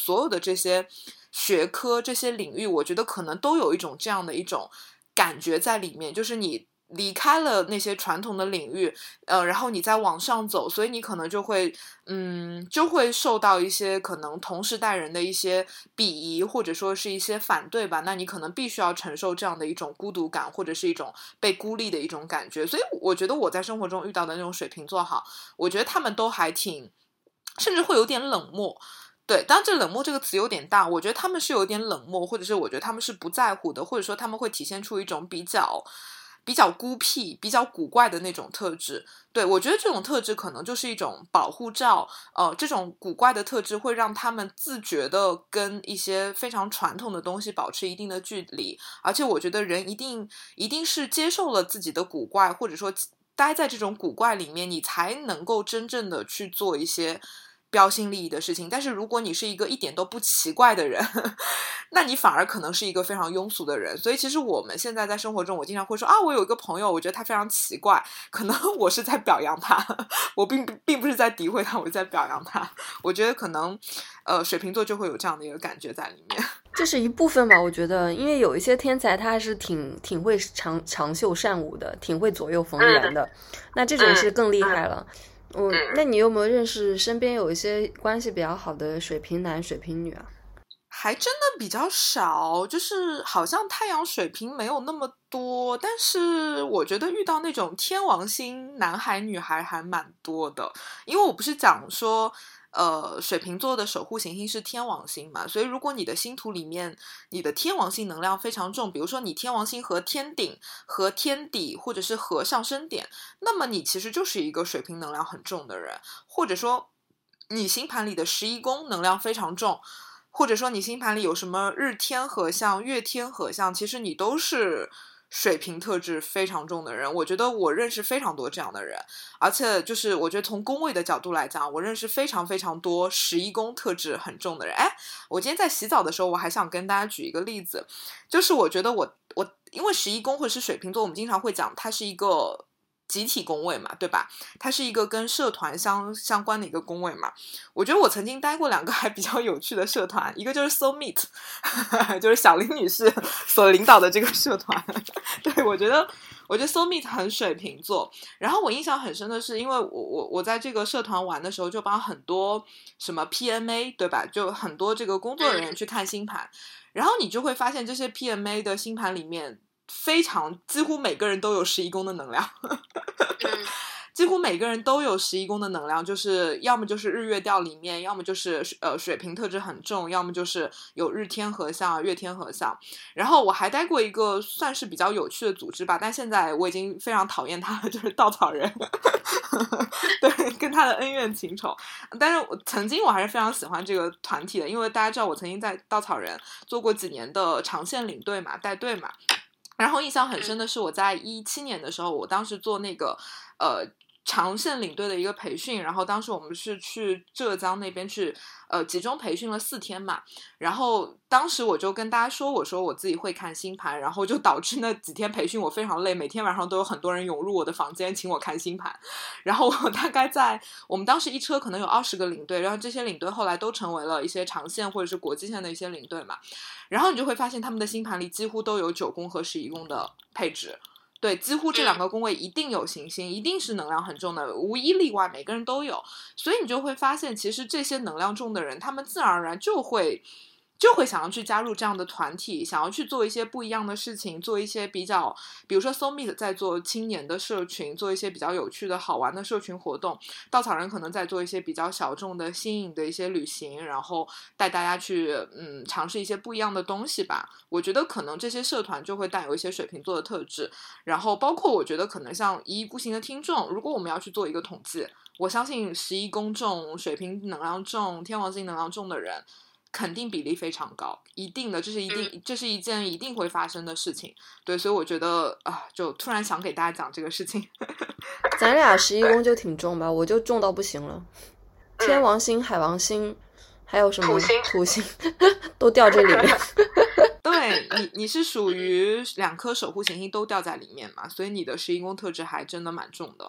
S2: 所有的这些学科这些领域，我觉得可能都有一种这样的一种感觉在里面，就是你离开了那些传统的领域，呃，然后你再往上走，所以你可能就会，嗯，就会受到一些可能同时代人的一些鄙夷，或者说是一些反对吧。那你可能必须要承受这样的一种孤独感，或者是一种被孤立的一种感觉。所以我觉得我在生活中遇到的那种水瓶座哈，我觉得他们都还挺，甚至会有点冷漠。对，当然这冷漠这个词有点大，我觉得他们是有点冷漠，或者是我觉得他们是不在乎的，或者说他们会体现出一种比较比较孤僻比较古怪的那种特质。对，我觉得这种特质可能就是一种保护罩，呃，这种古怪的特质会让他们自觉的跟一些非常传统的东西保持一定的距离，而且我觉得人一定一定是接受了自己的古怪，或者说待在这种古怪里面，你才能够真正的去做一些标新立异的事情。但是如果你是一个一点都不奇怪的人，那你反而可能是一个非常庸俗的人。所以其实我们现在在生活中，我经常会说啊，我有一个朋友，我觉得他非常奇怪，可能我是在表扬他，我并并不是在诋毁他，我是在表扬他。我觉得可能呃，水瓶座就会有这样的一个感觉在里面。
S1: 这是一部分吧，我觉得，因为有一些天才他还是挺挺会长长袖善舞的，挺会左右逢源的，那这种是更厉害了。嗯，那你有没有认识身边有一些关系比较好的水瓶男水瓶女啊？
S2: 还真的比较少，就是好像太阳水瓶没有那么多，但是我觉得遇到那种天王星男孩女孩还蛮多的。因为我不是讲说呃，水瓶座的守护行星是天王星嘛，所以如果你的星图里面你的天王星能量非常重，比如说你天王星和天顶和天底或者是和上升点，那么你其实就是一个水瓶能量很重的人。或者说你星盘里的十一宫能量非常重，或者说你星盘里有什么日天合相月天合相，其实你都是水瓶特质非常重的人。我觉得我认识非常多这样的人，而且就是我觉得从宫位的角度来讲，我认识非常非常多十一宫特质很重的人。哎，我今天在洗澡的时候，我还想跟大家举一个例子，就是我觉得我我因为十一宫或者是水瓶座，我们经常会讲它是一个集体宫位嘛，对吧？它是一个跟社团相相关的一个宫位嘛。我觉得我曾经待过两个还比较有趣的社团，一个就是 Soul Meet 就是小林女士所领导的这个社团。对，我觉得我觉得 Soul Meet 很水瓶座。然后我印象很深的是，因为我我我在这个社团玩的时候，就帮很多什么 P M A 对吧，就很多这个工作人员去看星盘，然后你就会发现这些 P M A 的星盘里面非常几乎每个人都有十一宫的能量。几乎每个人都有十一宫的能量，就是要么就是日月调里面，要么就是呃水瓶特质很重，要么就是有日天合相月天合相。然后我还待过一个算是比较有趣的组织吧，但现在我已经非常讨厌他了，就是稻草人。对，跟他的恩怨情仇。但是我曾经我还是非常喜欢这个团体的，因为大家知道我曾经在稻草人做过几年的长线领队嘛，带队嘛。然后印象很深的是，我在一七年的时候，我当时做那个呃长线领队的一个培训，然后当时我们是去浙江那边去呃集中培训了四天嘛。然后当时我就跟大家说，我说我自己会看星盘，然后就导致那几天培训我非常累，每天晚上都有很多人涌入我的房间请我看星盘。然后我大概在我们当时一车可能有二十个领队，然后这些领队后来都成为了一些长线或者是国际线的一些领队嘛。然后你就会发现他们的星盘里几乎都有九宫和十一宫的配置。对，几乎这两个宫位一定有行星，一定是能量很重的，无一例外，每个人都有。所以你就会发现，其实这些能量重的人，他们自然而然就会就会想要去加入这样的团体，想要去做一些不一样的事情，做一些比较，比如说 Soul Meet 在做青年的社群，做一些比较有趣的好玩的社群活动，稻草人可能在做一些比较小众的新颖的一些旅行，然后带大家去嗯尝试一些不一样的东西吧。我觉得可能这些社团就会带有一些水瓶座的特质，然后包括我觉得可能像一意孤行的听众，如果我们要去做一个统计，我相信十一宫重、水瓶能量重、天王星能量重的人肯定比例非常高，一定的，这是一定，这是一件一定会发生的事情。对，所以我觉得啊，就突然想给大家讲这个事情。
S1: 咱俩十一宫就挺重吧，我就重到不行了。天王星、海王星，还有什么土星，都掉这里面。
S2: 对，你，你是属于两颗守护行星都掉在里面嘛，所以你的十一宫特质还真的蛮重的。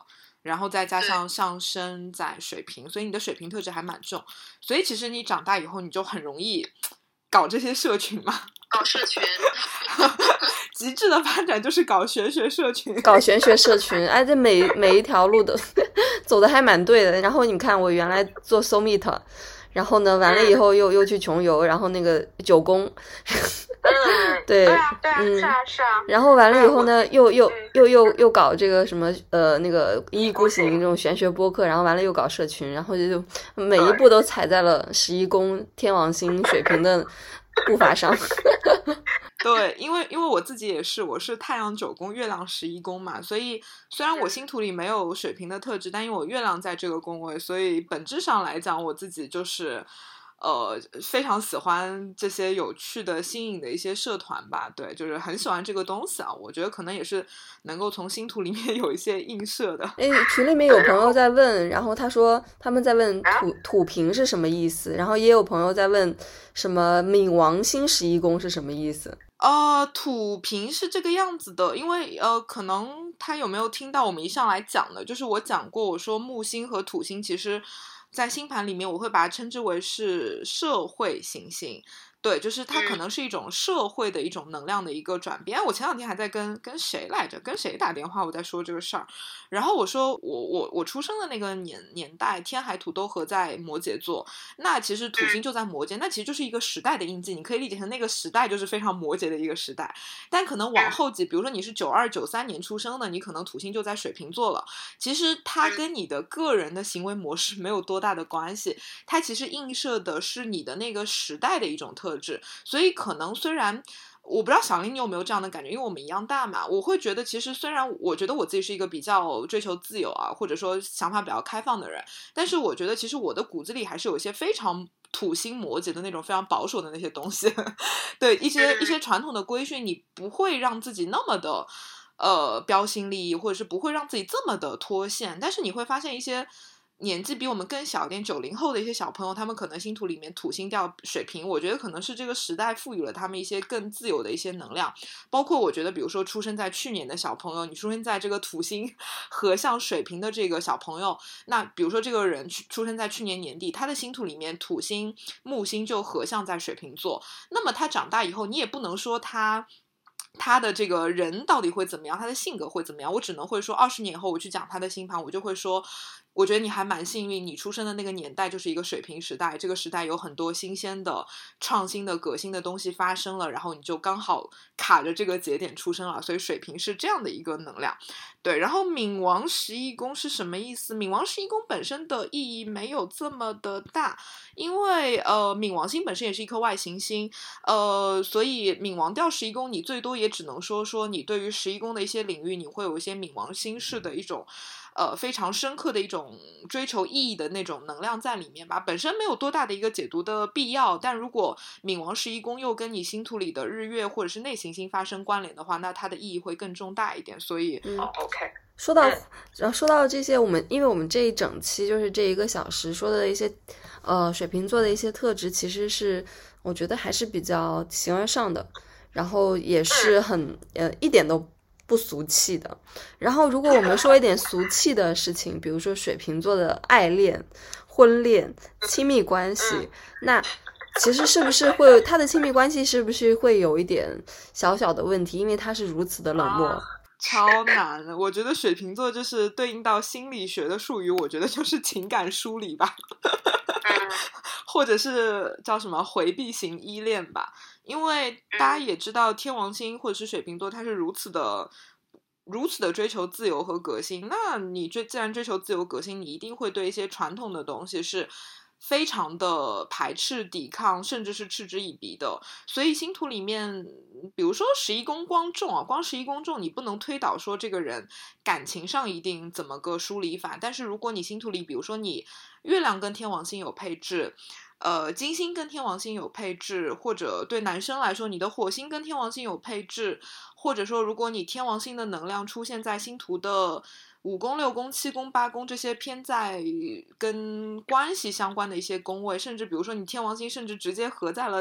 S2: 然后再加上上升在水瓶，所以你的水瓶特质还蛮重，所以其实你长大以后你就很容易搞这些社群嘛，
S3: 搞社群
S2: 极致的发展就是搞玄学社群，
S1: 搞玄学社群，哎，这每每一条路都走的还蛮对的。然后你看我原来做 SoulMeet， 然后呢完了以后又又去穷游，然后那个九宫
S3: 嗯，
S1: 对，
S3: 对啊，对啊，
S1: 嗯，
S3: 是啊，是啊。
S1: 然后完了以后呢，
S3: 嗯
S1: 又又
S3: 嗯
S1: 又又又搞这个什么呃那个一意孤行这种玄学播客，然后完了又搞社群，然后就就每一步都踩在了十一宫天王星水瓶的步伐上。
S2: 对，因为因为我自己也是，我是太阳九宫，月亮十一宫嘛，所以虽然我星图里没有水瓶的特质，但因为我月亮在这个宫位，所以本质上来讲，我自己就是呃非常喜欢这些有趣的、新颖的一些社团吧。对，就是很喜欢这个东西啊。我觉得可能也是能够从星图里面有一些映射的。
S1: 哎，群里面有朋友在问，然后他说他们在问土土瓶是什么意思，然后也有朋友在问什么冥王星十一宫是什么意思。
S2: 呃，土瓶是这个样子的，因为呃，可能他有没有听到我们一上来讲的，就是我讲过，我说木星和土星其实在星盘里面，我会把它称之为是社会行星。对，就是它可能是一种社会的一种能量的一个转变。我前两天还在跟跟谁来着，跟谁打电话，我在说这个事儿。然后我说我我我出生的那个年年代，天海土都合在摩羯座，那其实土星就在摩羯，那其实就是一个时代的印记，你可以理解成那个时代就是非常摩羯的一个时代。但可能往后几，比如说你是九二九三年出生的，你可能土星就在水瓶座了。其实它跟你的个人的行为模式没有多大的关系，它其实映射的是你的那个时代的一种特质。所以可能虽然我不知道小林你有没有这样的感觉，因为我们一样大嘛，我会觉得其实虽然我觉得我自己是一个比较追求自由啊，或者说想法比较开放的人，但是我觉得其实我的骨子里还是有一些非常土星摩羯的那种非常保守的那些东西对，一些一些传统的规训，你不会让自己那么的呃标新立异，或者是不会让自己这么的脱线，但是你会发现一些年纪比我们更小一点九零后的一些小朋友，他们可能星图里面土星掉水瓶，我觉得可能是这个时代赋予了他们一些更自由的一些能量。包括我觉得比如说出生在去年的小朋友，你出生在这个土星合相水瓶的这个小朋友，那比如说这个人出生在去年年底，他的星图里面土星木星就合相在水瓶座，那么他长大以后你也不能说他他的这个人到底会怎么样，他的性格会怎么样，我只能会说二十年后我去讲他的星盘，我就会说我觉得你还蛮幸运，你出生的那个年代就是一个水瓶时代，这个时代有很多新鲜的创新的革新的东西发生了，然后你就刚好卡着这个节点出生了，所以水瓶是这样的一个能量。对，然后冥王十一宫是什么意思？冥王十一宫本身的意义没有这么的大，因为呃冥王星本身也是一颗外行星，呃所以冥王掉十一宫，你最多也只能说说你对于十一宫的一些领域，你会有一些冥王星式的一种呃非常深刻的一种追求意义的那种能量在里面吧，本身没有多大的一个解读的必要。但如果冥王十一宫又跟你星图里的日月或者是内行星发生关联的话，那它的意义会更重大一点。所以
S1: 嗯、
S3: 哦 OK。
S1: 说到，然后说到这些，我们因为我们这一整期就是这一个小时说的一些，呃，水瓶座的一些特质，其实是我觉得还是比较形而上的，然后也是很呃一点都不俗气的。然后如果我们说一点俗气的事情，比如说水瓶座的爱恋、婚恋、亲密关系，那其实是不是会他的亲密关系是不是会有一点小小的问题，因为他是如此的冷漠。
S2: 超难的，我觉得水瓶座就是对应到心理学的术语，我觉得就是情感梳理吧或者是叫什么回避型依恋吧。因为大家也知道天王星或者是水瓶座它是如此的如此的追求自由和革新，那你追自然追求自由革新，你一定会对一些传统的东西是非常的排斥、抵抗，甚至是嗤之以鼻的。所以星图里面，比如说十一宫光重啊，光十一宫重，你不能推导说这个人感情上一定怎么个梳理法。但是如果你星图里，比如说你月亮跟天王星有配置，呃，金星跟天王星有配置，或者对男生来说，你的火星跟天王星有配置，或者说如果你天王星的能量出现在星图的五宫、六宫、七宫、八宫这些偏在跟关系相关的一些宫位，甚至比如说你天王星甚至直接合在了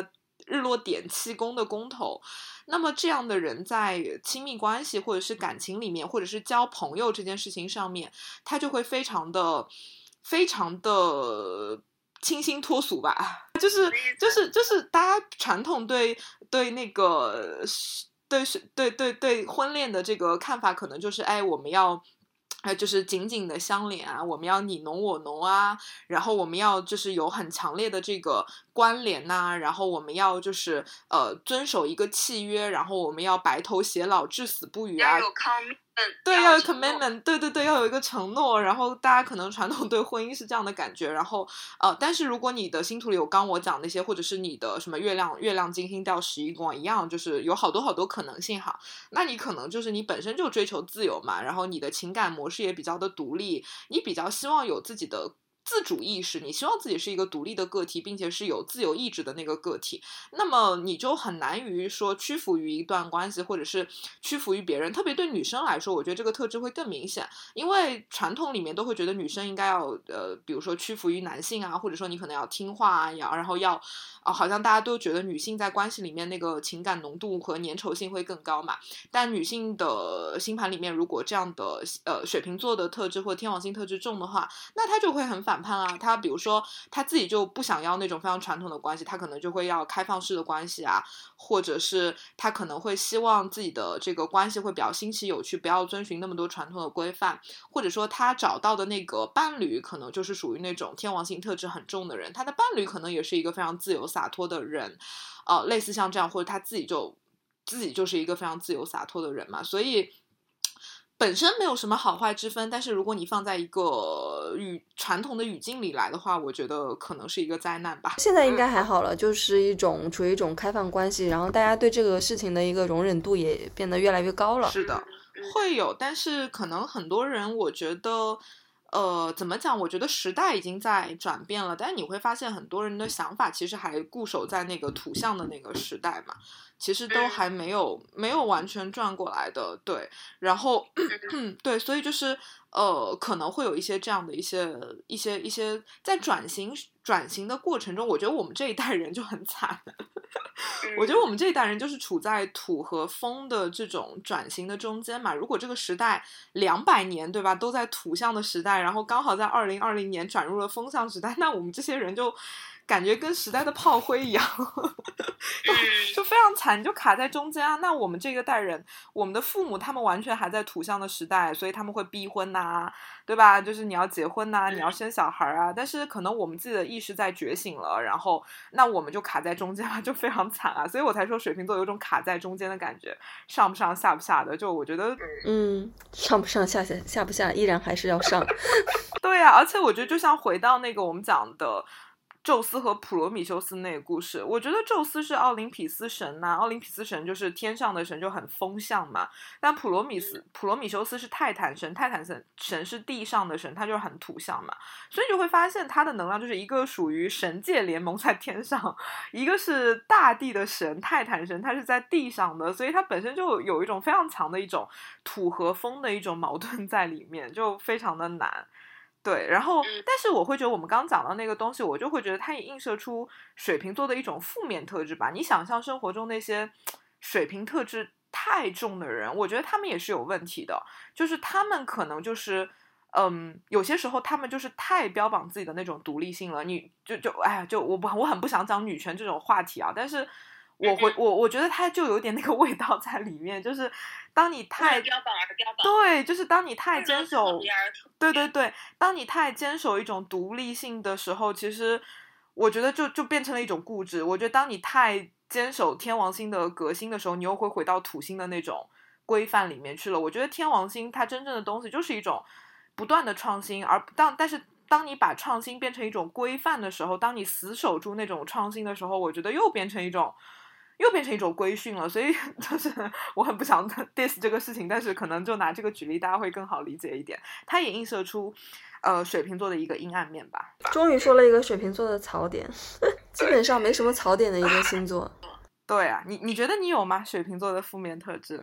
S2: 日落点七宫的宫头。那么这样的人在亲密关系或者是感情里面，或者是交朋友这件事情上面，他就会非常的非常的清新脱俗吧，就是就是就是大家传统对对那个对对对对婚恋的这个看法，可能就是哎我们要。呃，就是紧紧的相连啊，我们要你侬我侬啊，然后我们要就是有很强烈的这个关联呐、啊，然后我们要就是呃遵守一个契约，然后我们要白头偕老，至死不渝啊。
S3: 要有 commitment，
S2: 对，要有 commitment， 对对对，要有一个承诺。然后大家可能传统对婚姻是这样的感觉，然后呃，但是如果你的星图里有刚我讲那些，或者是你的什么月亮月亮金星掉十一宫一样，就是有好多好多可能性哈。那你可能就是你本身就追求自由嘛，然后你的情感模式也比较的独立，你比较希望有自己的自主意识，你希望自己是一个独立的个体，并且是有自由意志的那个个体，那么你就很难于说屈服于一段关系，或者是屈服于别人。特别对女生来说，我觉得这个特质会更明显，因为传统里面都会觉得女生应该要呃，比如说屈服于男性啊，或者说你可能要听话啊，要然后要啊、呃，好像大家都觉得女性在关系里面那个情感浓度和粘稠性会更高嘛。但女性的星盘里面，如果这样的呃水瓶座的特质或天王星特质重的话，那她就会很反叛啊。她比如说她自己就不想要那种非常传统的关系，她可能就会要开放式的关系啊，或者是她可能会希望自己的这个关系会比较新奇有趣，不要遵循那么多传统的规范，或者说她找到的那个伴侣可能就是属于那种天王星特质很重的人，她的伴侣可能也是一个非常自由洒脱的人，呃，类似像这样，或者她自己就自己就是一个非常自由洒脱的人嘛，所以本身没有什么好坏之分，但是如果你放在一个语传统的语境里来的话，我觉得可能是一个灾难吧。
S1: 现在应该还好了，就是一种处于一种开放关系，然后大家对这个事情的一个容忍度也变得越来越高了。
S2: 是的，会有，但是可能很多人我觉得呃，怎么讲？我觉得时代已经在转变了，但是你会发现很多人的想法其实还固守在那个土象的那个时代嘛，其实都还没有没有完全转过来的，对。然后对，所以就是呃，可能会有一些这样的一些一些一些在转型转型的过程中，我觉得我们这一代人就很惨。我觉得我们这一代人就是处在土和风的这种转型的中间嘛。如果这个时代两百年，对吧，都在土象的时代，然后刚好在二零二零年转入了风象时代，那我们这些人就感觉跟时代的炮灰一样就非常惨，就卡在中间啊。那我们这个代人，我们的父母他们完全还在土象的时代，所以他们会逼婚呐、啊，对吧？就是你要结婚呐、啊，你要生小孩啊。但是可能我们自己的意识在觉醒了，然后那我们就卡在中间了，就非常惨啊。所以我才说水瓶座有种卡在中间的感觉，上不上下不下的。就我觉得，
S1: 嗯，上不上下下下不下，依然还是要上。
S2: 对呀、啊，而且我觉得就像回到那个我们讲的宙斯和普罗米修斯那个故事，我觉得宙斯是奥林匹斯神呐、啊，奥林匹斯神就是天上的神，就很风向嘛。但普罗米斯、普罗米修斯是泰坦神，泰坦神神是地上的神，他就是很土象嘛。所以就会发现他的能量就是一个属于神界联盟在天上，一个是大地的神，泰坦神，他是在地上的，所以他本身就有一种非常强的一种土和风的一种矛盾在里面，就非常的难。对，然后但是我会觉得我们刚刚讲到那个东西，我就会觉得它也映射出水瓶座的一种负面特质吧。你想象生活中那些水瓶特质太重的人，我觉得他们也是有问题的，就是他们可能就是嗯，有些时候他们就是太标榜自己的那种独立性了，你就就哎呀，就我不我很不想讲女权这种话题啊，但是我会我我觉得它就有点那个味道在里面，就是当你太
S3: 标榜而标榜，
S2: 对，就是当你太坚守，对对对，当你太坚守一种独立性的时候，其实我觉得就就变成了一种固执。我觉得当你太坚守天王星的革新的时候，你又会回到土星的那种规范里面去了。我觉得天王星它真正的东西就是一种不断的创新，而当但是当你把创新变成一种规范的时候，当你死守住那种创新的时候，我觉得又变成一种又变成一种规训了。所以就是我很不想 diss 这个事情，但是可能就拿这个举例大家会更好理解一点。它也映射出呃水瓶座的一个阴暗面吧。
S1: 终于说了一个水瓶座的槽点基本上没什么槽点的一个星座。
S2: 对啊，你你觉得你有吗？水瓶座的负面特质？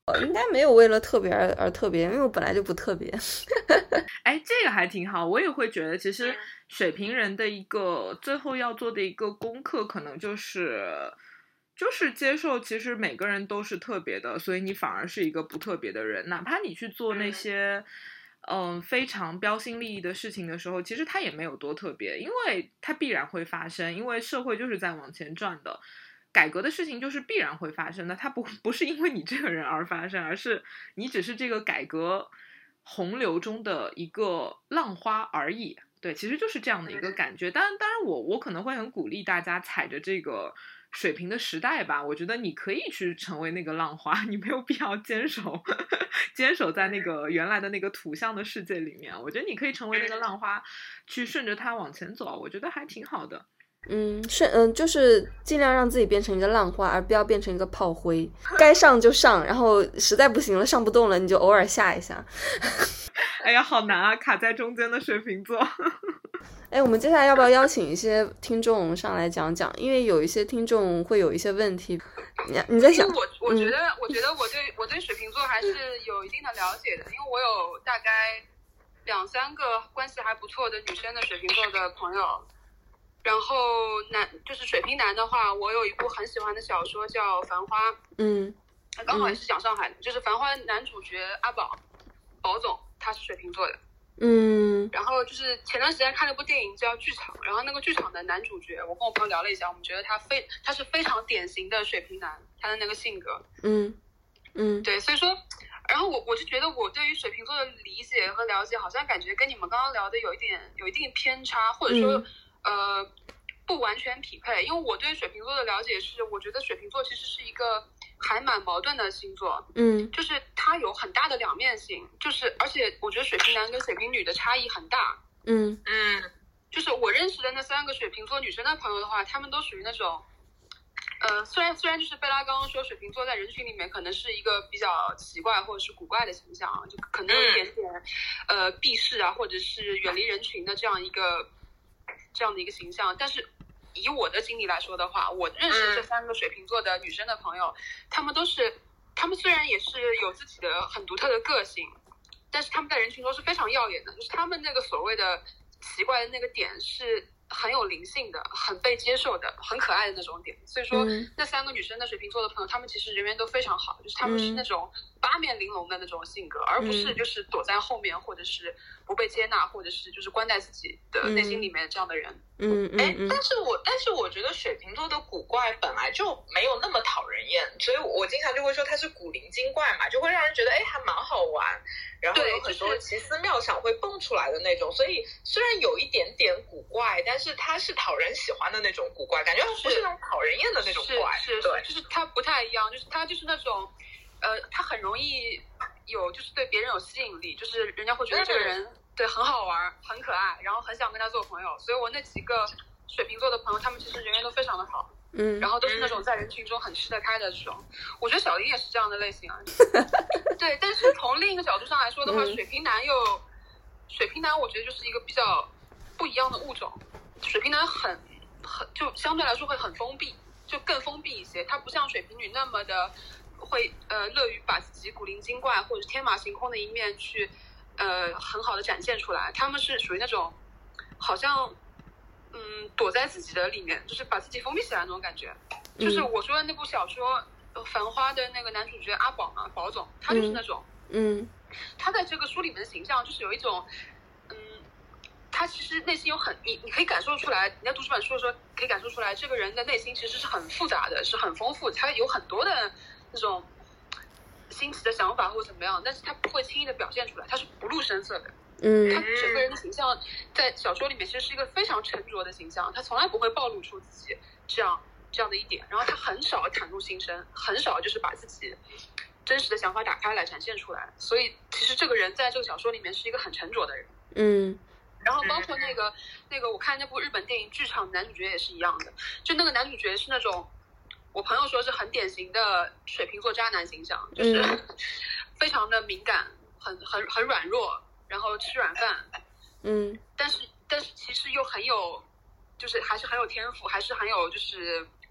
S1: 应该没有为了特别而而特别，因为我本来就不特别。
S2: 哎，这个还挺好，我也会觉得，其实水瓶人的一个最后要做的一个功课，可能就是就是接受，其实每个人都是特别的，所以你反而是一个不特别的人，哪怕你去做那些嗯非常标新立异的事情的时候，其实它也没有多特别，因为它必然会发生，因为社会就是在往前转的。改革的事情就是必然会发生的，它不不是因为你这个人而发生，而是你只是这个改革洪流中的一个浪花而已。对，其实就是这样的一个感觉。当然，当然我我可能会很鼓励大家踩着这个水平的时代吧。我觉得你可以去成为那个浪花，你没有必要坚守坚守在那个原来的那个土象的世界里面。我觉得你可以成为那个浪花，去顺着它往前走，我觉得还挺好的。
S1: 嗯，是嗯，就是尽量让自己变成一个浪花，而不要变成一个炮灰。该上就上，然后实在不行了，上不动了，你就偶尔下一下。
S2: 哎呀，好难啊，卡在中间的水瓶座。
S1: 哎，我们接下来要不要邀请一些听众上来讲讲？因为有一些听众会有一些问题，你你在想？
S3: 我我觉得，嗯、我觉得我对我对水瓶座还是有一定的了解的，因为我有大概两三个关系还不错的女生的水瓶座的朋友。然后男就是水瓶男的话，我有一部很喜欢的小说叫《繁花》，
S1: 嗯，
S3: 刚好也是讲上海的，嗯、就是《繁花》男主角阿宝，宝总他是水瓶座的，
S1: 嗯，
S3: 然后就是前段时间看了部电影叫《剧场》，然后那个剧场的男主角，我跟我朋友聊了一下，我们觉得他非他是非常典型的水瓶男，他的那个性格，
S1: 嗯嗯，
S3: 对，所以说，然后我我就觉得我对于水瓶座的理解和了解，好像感觉跟你们刚刚聊的有一点有一定偏差，或者说。嗯呃，不完全匹配，因为我对水瓶座的了解是，我觉得水瓶座其实是一个还蛮矛盾的星座，
S1: 嗯，
S3: 就是它有很大的两面性，就是而且我觉得水瓶男跟水瓶女的差异很大，
S1: 嗯
S3: 嗯，就是我认识的那三个水瓶座女生的朋友的话，她们都属于那种，呃，虽然虽然就是贝拉刚刚说水瓶座在人群里面可能是一个比较奇怪或者是古怪的形象，就可能有一点点、嗯、呃避世啊，或者是远离人群的这样一个。这样的一个形象，但是以我的经历来说的话，我认识的这三个水瓶座的女生的朋友，她们都是，她们虽然也是有自己的很独特的个性，但是她们在人群中是非常耀眼的，就是她们那个所谓的奇怪的那个点是很有灵性的，很被接受的，很可爱的那种点。所以说，嗯、那三个女生的水瓶座的朋友，她们其实人缘都非常好，就是她们是那种八面玲珑的那种性格，嗯、而不是就是躲在后面，或者是不被接纳，或者是就是关在自己的内心里面这样的人。
S1: 嗯嗯。
S4: 哎、嗯，但是我但是我觉得水瓶座的古怪本来就没有那么讨人厌，所以我经常就会说它是古灵精怪嘛，就会让人觉得哎还蛮好玩，然后有很多奇思妙想会蹦出来的那种。所以虽然有一点点古怪，但是它是讨人喜欢的那种古怪，感觉不是那种讨人厌的那种怪。
S3: 是是，
S4: 对，
S3: 就是它不太一样，就是它就是那种，呃，它很容易有就是对别人有吸引力，就是人家会觉得这个人、嗯、对很好玩、很可爱，然后很想跟他做朋友。所以我那几个水瓶座的朋友，他们其实人缘都非常的好，
S1: 嗯，
S3: 然后都是那种在人群中很吃得开的这种。我觉得小林也是这样的类型啊。对，但是从另一个角度上来说的话，嗯、水瓶男又水瓶男，我觉得就是一个比较不一样的物种。水瓶男很很就相对来说会很封闭，就更封闭一些。他不像水瓶女那么的会呃乐于把自己古灵精怪或者天马行空的一面去呃很好的展现出来。他们是属于那种好像嗯躲在自己的里面，就是把自己封闭起来那种感觉。嗯、就是我说的那部小说《繁花》的那个男主角阿宝嘛，宝总，他就是那种
S1: 嗯，嗯
S3: 他在这个书里面的形象就是有一种。他其实内心有很你你可以感受出来，你在读这本书的时候可以感受出来，这个人的内心其实是很复杂的，是很丰富的，他有很多的那种新奇的想法或者怎么样，但是他不会轻易的表现出来，他是不露声色的。
S1: 嗯，
S3: 他整个人的形象在小说里面其实是一个非常沉着的形象，他从来不会暴露出自己这样这样的一点，然后他很少袒露心声，很少就是把自己真实的想法打开来展现出来，所以其实这个人在这个小说里面是一个很沉着的人。
S1: 嗯。
S3: 然后包括那个那个我看那部日本电影《剧场》，男主角也是一样的，就那个男主角是那种我朋友说是很典型的水瓶座渣男形象，就是非常的敏感，很很很软弱，然后吃软饭，
S1: 嗯，
S3: 但是但是其实又很有，就是还是很有天赋，还是很有就是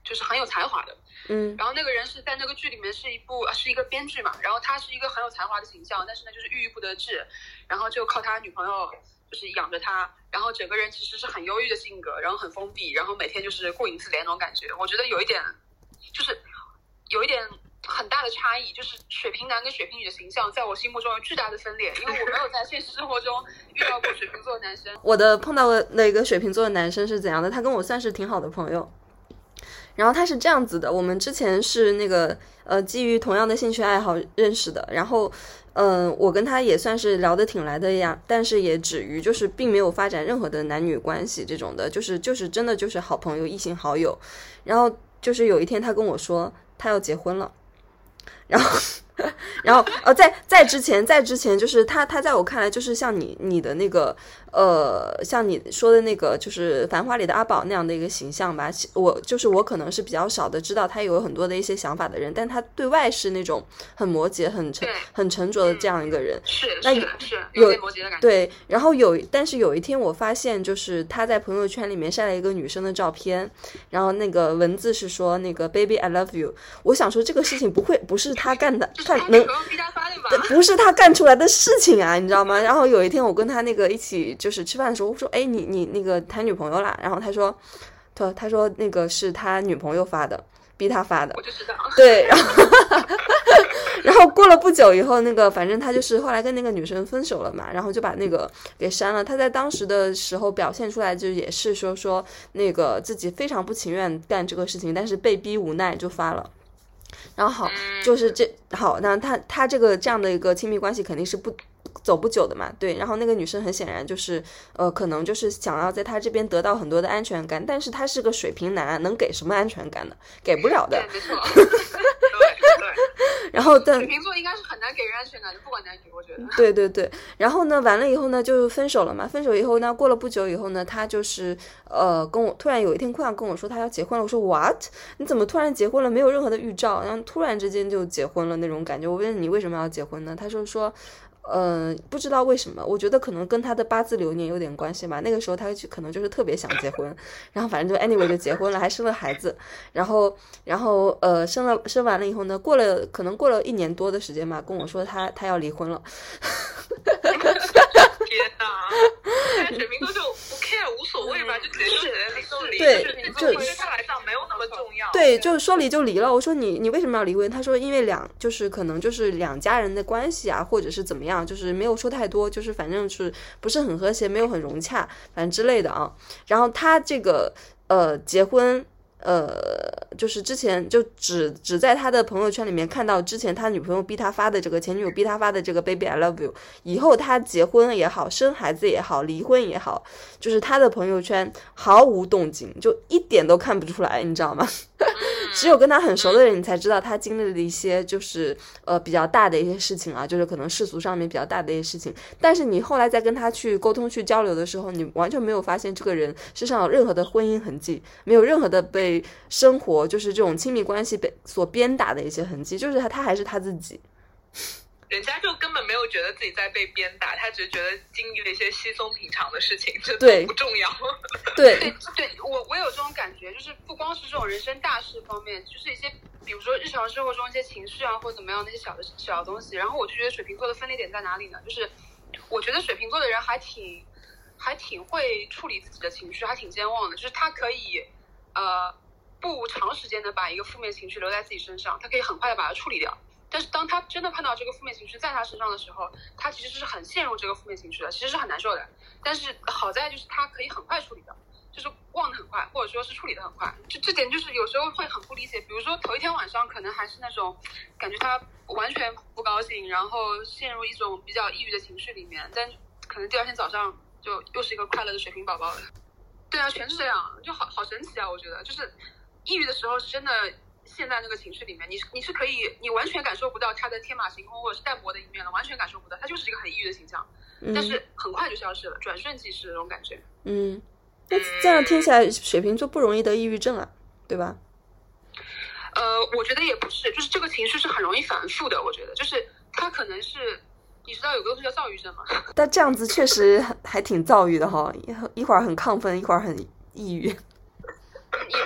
S3: 就是很有才华的。
S1: 嗯，
S3: 然后那个人是在那个剧里面是一部是一个编剧嘛，然后他是一个很有才华的形象，但是呢就是郁郁不得志，然后就靠他女朋友就是养着他，然后整个人其实是很忧郁的性格，然后很封闭，然后每天就是过瘾自怜那种感觉。我觉得有一点就是有一点很大的差异，就是水瓶男跟水瓶女的形象在我心目中有巨大的分裂，因为我没有在现实生活中遇到过水瓶座的男生。
S1: 我的碰到的一个水瓶座的男生是怎样的？他跟我算是挺好的朋友。然后他是这样子的，我们之前是那个呃基于同样的兴趣爱好认识的，然后嗯、呃，我跟他也算是聊得挺来的呀，但是也止于就是并没有发展任何的男女关系这种的，就是就是真的就是好朋友，异性好友。然后就是有一天他跟我说他要结婚了，然后然后呃，在在之前，在之前就是他，他在我看来就是像你你的那个呃，像你说的那个就是《繁花》里的阿宝那样的一个形象吧。我就是我可能是比较少的知道他有很多的一些想法的人，但他对外是那种很摩羯、很沉、很沉着的这样一个人。
S3: 是
S1: 那
S3: 是是有点摩羯的感觉。
S1: 对，然后有，但是有一天我发现，就是他在朋友圈里面晒了一个女生的照片，然后那个文字是说那个 “baby I love you”。我想说这个事情不会不是他干的。
S3: 他能
S1: 不是他干出来的事情啊，你知道吗？然后有一天我跟他那个一起就是吃饭的时候，我说：“哎，你你那个谈女朋友啦？”然后他说：“他他说那个是他女朋友发的，逼他发的。”
S3: 我就知道。
S1: 对，然后然后过了不久以后，那个反正他就是后来跟那个女生分手了嘛，然后就把那个给删了。他在当时的时候表现出来就也是说说那个自己非常不情愿干这个事情，但是被逼无奈就发了。然后好，就是这好，那他他这个这样的一个亲密关系肯定是不走不久的嘛，对。然后那个女生很显然就是呃，可能就是想要在他这边得到很多的安全感，但是他是个水瓶男，能给什么安全感呢？给不了的。
S3: 对，没错。对对。
S1: 然后但
S3: 水瓶座应该是很难给人安全感的，不管男女，我觉得。
S1: 对对对。然后呢，完了以后呢，就分手了嘛。分手以后呢，过了不久以后呢，他就是呃，跟我突然有一天突然跟我说他要结婚了。我说 what？ 你怎么突然结婚了？没有任何的预兆，然后突然之间就结婚了那种感觉。我问你为什么要结婚呢？他就说。呃，不知道为什么，我觉得可能跟他的八字流年有点关系吧。那个时候他可能就是特别想结婚，然后反正就 anyway 就结婚了，还生了孩子。然后，然后呃，生了生完了以后呢，过了可能过了一年多的时间吧，跟我说他他要离婚了。
S4: 天哪！水瓶座就不 care 无所谓吧，就直接就直接就离。
S1: 对，
S4: 就对他来讲没有那么重要。
S1: 对，就是说离就离了。我说你你为什么要离婚？他说因为两就是可能就是两家人的关系啊，或者是怎么样，就是没有说太多，就是反正是不是很和谐，没有很融洽，反正之类的啊。然后他这个呃结婚。呃，就是之前就只只在他的朋友圈里面看到之前他女朋友逼他发的这个前女友逼他发的这个 baby I love you， 以后他结婚也好，生孩子也好，离婚也好，就是他的朋友圈毫无动静，就一点都看不出来，你知道吗？只有跟他很熟的人，你才知道他经历了一些就是呃比较大的一些事情啊，就是可能世俗上面比较大的一些事情。但是你后来再跟他去沟通、去交流的时候，你完全没有发现这个人身上有任何的婚姻痕迹，没有任何的被生活就是这种亲密关系被所鞭打的一些痕迹，就是他他还是他自己。
S4: 人家就根本没有觉得自己在被鞭打，他只是觉得经历了一些稀松平常的事情，这都不重要。
S1: 对
S3: 对对，我我有这种感觉，就是不光是这种人生大事方面，就是一些比如说日常生活中一些情绪啊，或者怎么样那些小的小的东西。然后我就觉得水瓶座的分裂点在哪里呢？就是我觉得水瓶座的人还挺还挺会处理自己的情绪，还挺健忘的，就是他可以呃不长时间的把一个负面情绪留在自己身上，他可以很快的把它处理掉。但是当他真的碰到这个负面情绪在他身上的时候，他其实是很陷入这个负面情绪的，其实是很难受的。但是好在就是他可以很快处理掉，就是忘得很快，或者说是处理得很快。就这点就是有时候会很不理解，比如说头一天晚上可能还是那种感觉他完全不高兴，然后陷入一种比较抑郁的情绪里面，但可能第二天早上就又是一个快乐的水瓶宝宝了。对啊，全是这样，就好好神奇啊！我觉得就是抑郁的时候是真的陷在那个情绪里面，你你是可以，你完全感受不到他的天马行空或者是淡薄的一面了，完全感受不到，他就是一个很抑郁的形象，嗯、但是很快就消失了，转瞬即逝那种感觉。
S1: 嗯，那这样听起来，水瓶座不容易得抑郁症啊，对吧？
S3: 呃，我觉得也不是，就是这个情绪是很容易反复的，我觉得就是他可能是。你知道有个东西叫躁郁症吗？
S1: 但这样子确实挺躁郁的哈，一会儿很亢奋，一会儿很抑郁。
S3: 也不是说很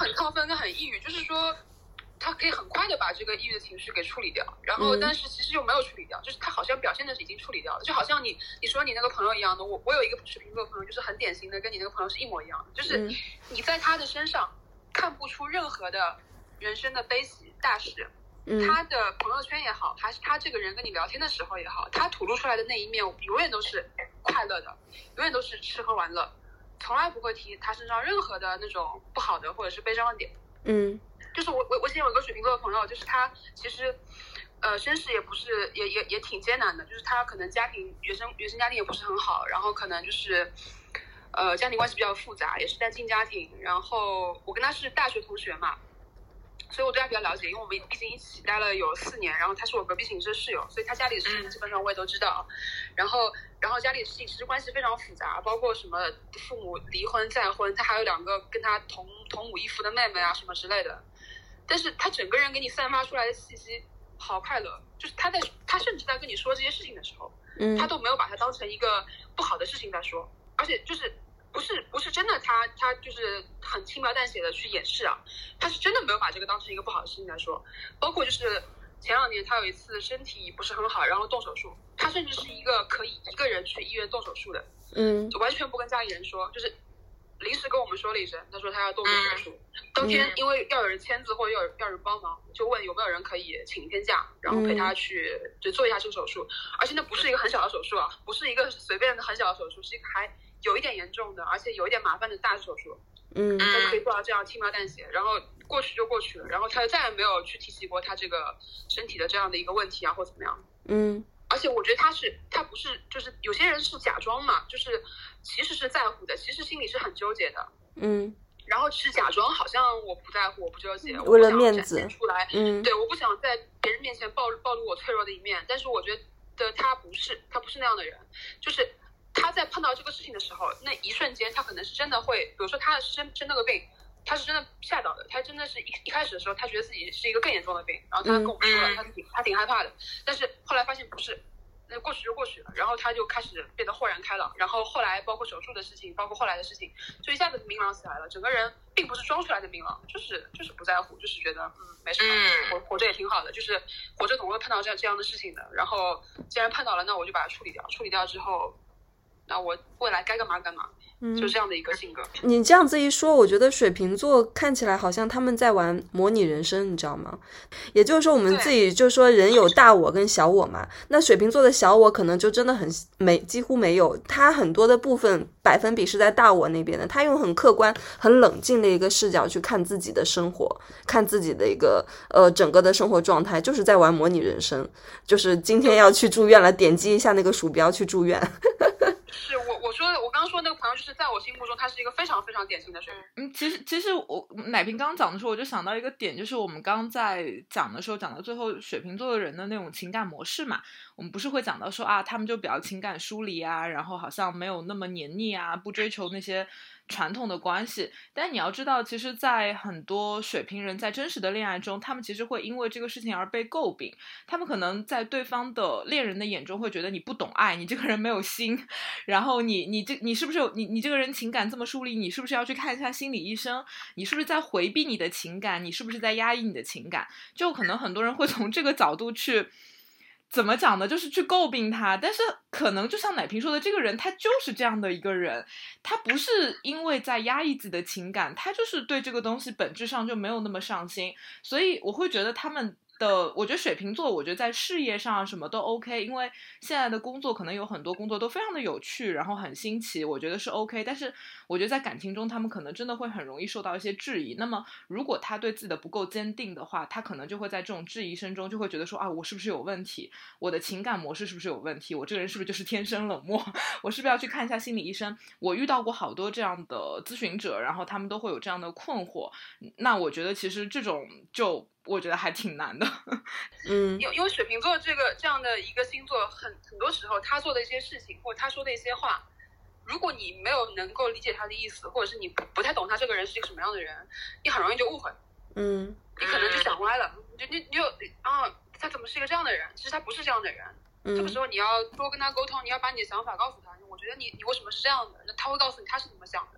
S3: 很亢奋跟很抑郁，就是说他可以很快的把这个抑郁的情绪给处理掉，然后但是其实又没有处理掉，嗯、就是他好像表现的是已经处理掉了，就好像你你说你那个朋友一样的，我我有一个水瓶座朋友，就是很典型的跟你那个朋友是一模一样的，就是你在他的身上看不出任何的人生的悲喜大事。他的朋友圈也好，还是他这个人跟你聊天的时候也好，他吐露出来的那一面永远都是快乐的，永远都是吃喝玩乐，从来不会提他身上任何的那种不好的或者是悲伤的点。
S1: 嗯，
S3: 就是我我我以前有一个水瓶座的朋友，就是他其实呃身世也不是也也也挺艰难的，就是他可能家庭原生原生家庭也不是很好，然后可能就是呃家庭关系比较复杂，也是单亲家庭，然后我跟他是大学同学嘛。所以我对他比较了解，因为我们毕竟一起待了有四年，然后他是我隔壁寝室的室友，所以他家里的事情基本上我也都知道。然后，然后家里的事情其实关系非常复杂，包括什么父母离婚再婚，他还有两个跟他同同母异父的妹妹啊什么之类的。但是他整个人给你散发出来的气息好快乐，就是他在他甚至在跟你说这些事情的时候，他都没有把它当成一个不好的事情在说，而且就是。不是不是真的他，他他就是很轻描淡写的去掩饰啊，他是真的没有把这个当成一个不好的事情来说。包括就是前两年他有一次身体不是很好，然后动手术，他甚至是一个可以一个人去医院动手术的，
S1: 嗯，
S3: 就完全不跟家里人说，就是临时跟我们说了一声，他说他要动这个手术，当天因为要有人签字或者要有要有人帮忙，就问有没有人可以请一天假，然后陪他去就做一下这个手术，而且那不是一个很小的手术啊，不是一个随便的很小的手术，是一个还有一点严重的，而且有一点麻烦的大手术，
S1: 嗯，
S3: 他可以做到这样轻描淡写，然后过去就过去了，然后他再也没有去提起过他这个身体的这样的一个问题啊，或怎么样，
S1: 嗯，
S3: 而且我觉得他是他不是就是有些人是假装嘛，就是其实是在乎的，其实心里是很纠结的，
S1: 嗯，
S3: 然后只是假装好像我不在乎，我不纠结，
S1: 为了面子
S3: 我不想展现出来，
S1: 嗯，
S3: 对，我不想在别人面前暴暴露我脆弱的一面，但是我觉得他不是，他不是那样的人，就是。他在碰到这个事情的时候，那一瞬间他可能是真的会，比如说他生生那个病，他是真的吓到的，他真的是一一开始的时候他觉得自己是一个更严重的病，然后他跟我们说了，他挺他挺害怕的，但是后来发现不是，那过去就过去了，然后他就开始变得豁然开朗，然后后来包括手术的事情，包括后来的事情，就一下子明朗起来了，整个人并不是装出来的明朗，就是就是不在乎，就是觉得嗯没什么，活活着也挺好的，就是活着总会碰到这样这样的事情的，然后既然碰到了，那我就把它处理掉，处理掉之后。那我未来该干嘛干嘛，嗯，就这样的一个性格。
S1: 你这样子一说，我觉得水瓶座看起来好像他们在玩模拟人生，你知道吗？也就是说，我们自己就说人有大我跟小我嘛。那水瓶座的小我可能就真的很没，几乎没有，他很多的部分百分比是在大我那边的。他用很客观、很冷静的一个视角去看自己的生活，看自己的一个呃整个的生活状态，就是在玩模拟人生。就是今天要去住院了，点击一下那个鼠标去住院。
S3: 是我我说我刚刚说那个朋友，就是在我心目中他是一个非常非常典型的水
S2: 瓶。嗯，其实其实我奶瓶刚刚讲的时候，我就想到一个点，就是我们刚刚在讲的时候讲到最后水瓶座的人的那种情感模式嘛，我们不是会讲到说啊，他们就比较情感疏离啊，然后好像没有那么黏腻啊，不追求那些传统的关系。但你要知道，其实在很多水瓶人在真实的恋爱中，他们其实会因为这个事情而被诟病，他们可能在对方的恋人的眼中会觉得你不懂爱，你这个人没有心，然后你你这你是不是有你你这个人情感这么疏离，你是不是要去看一下心理医生，你是不是在回避你的情感，你是不是在压抑你的情感，就可能很多人会从这个角度去怎么讲呢，就是去诟病他。但是可能就像奶瓶说的，这个人他就是这样的一个人，他不是因为在压抑自己的情感，他就是对这个东西本质上就没有那么上心。所以我会觉得他们的，我觉得水瓶座我觉得在事业上什么都 OK， 因为现在的工作可能有很多工作都非常的有趣，然后很新奇，我觉得是 OK。 但是我觉得在感情中他们可能真的会很容易受到一些质疑，那么如果他对自己的不够坚定的话，他可能就会在这种质疑声中就会觉得说啊，我是不是有问题，我的情感模式是不是有问题，我这个人是不是就是天生冷漠，我是不是要去看一下心理医生。我遇到过好多这样的咨询者，然后他们都会有这样的困惑，那我觉得其实这种就我觉得还挺难的。
S1: 嗯，
S3: 因为水瓶座这个这样的一个星座，很很多时候他做的一些事情或者他说的一些话，如果你没有能够理解他的意思，或者是你不不太懂他这个人是一个什么样的人，你很容易就误会。
S1: 嗯，
S3: 你可能就想歪了，你就你你就啊，他怎么是一个这样的人？其实他不是这样的人。嗯，这个时候你要多跟他沟通，你要把你的想法告诉他。我觉得你你为什么是这样的？那他会告诉你他是怎么想的。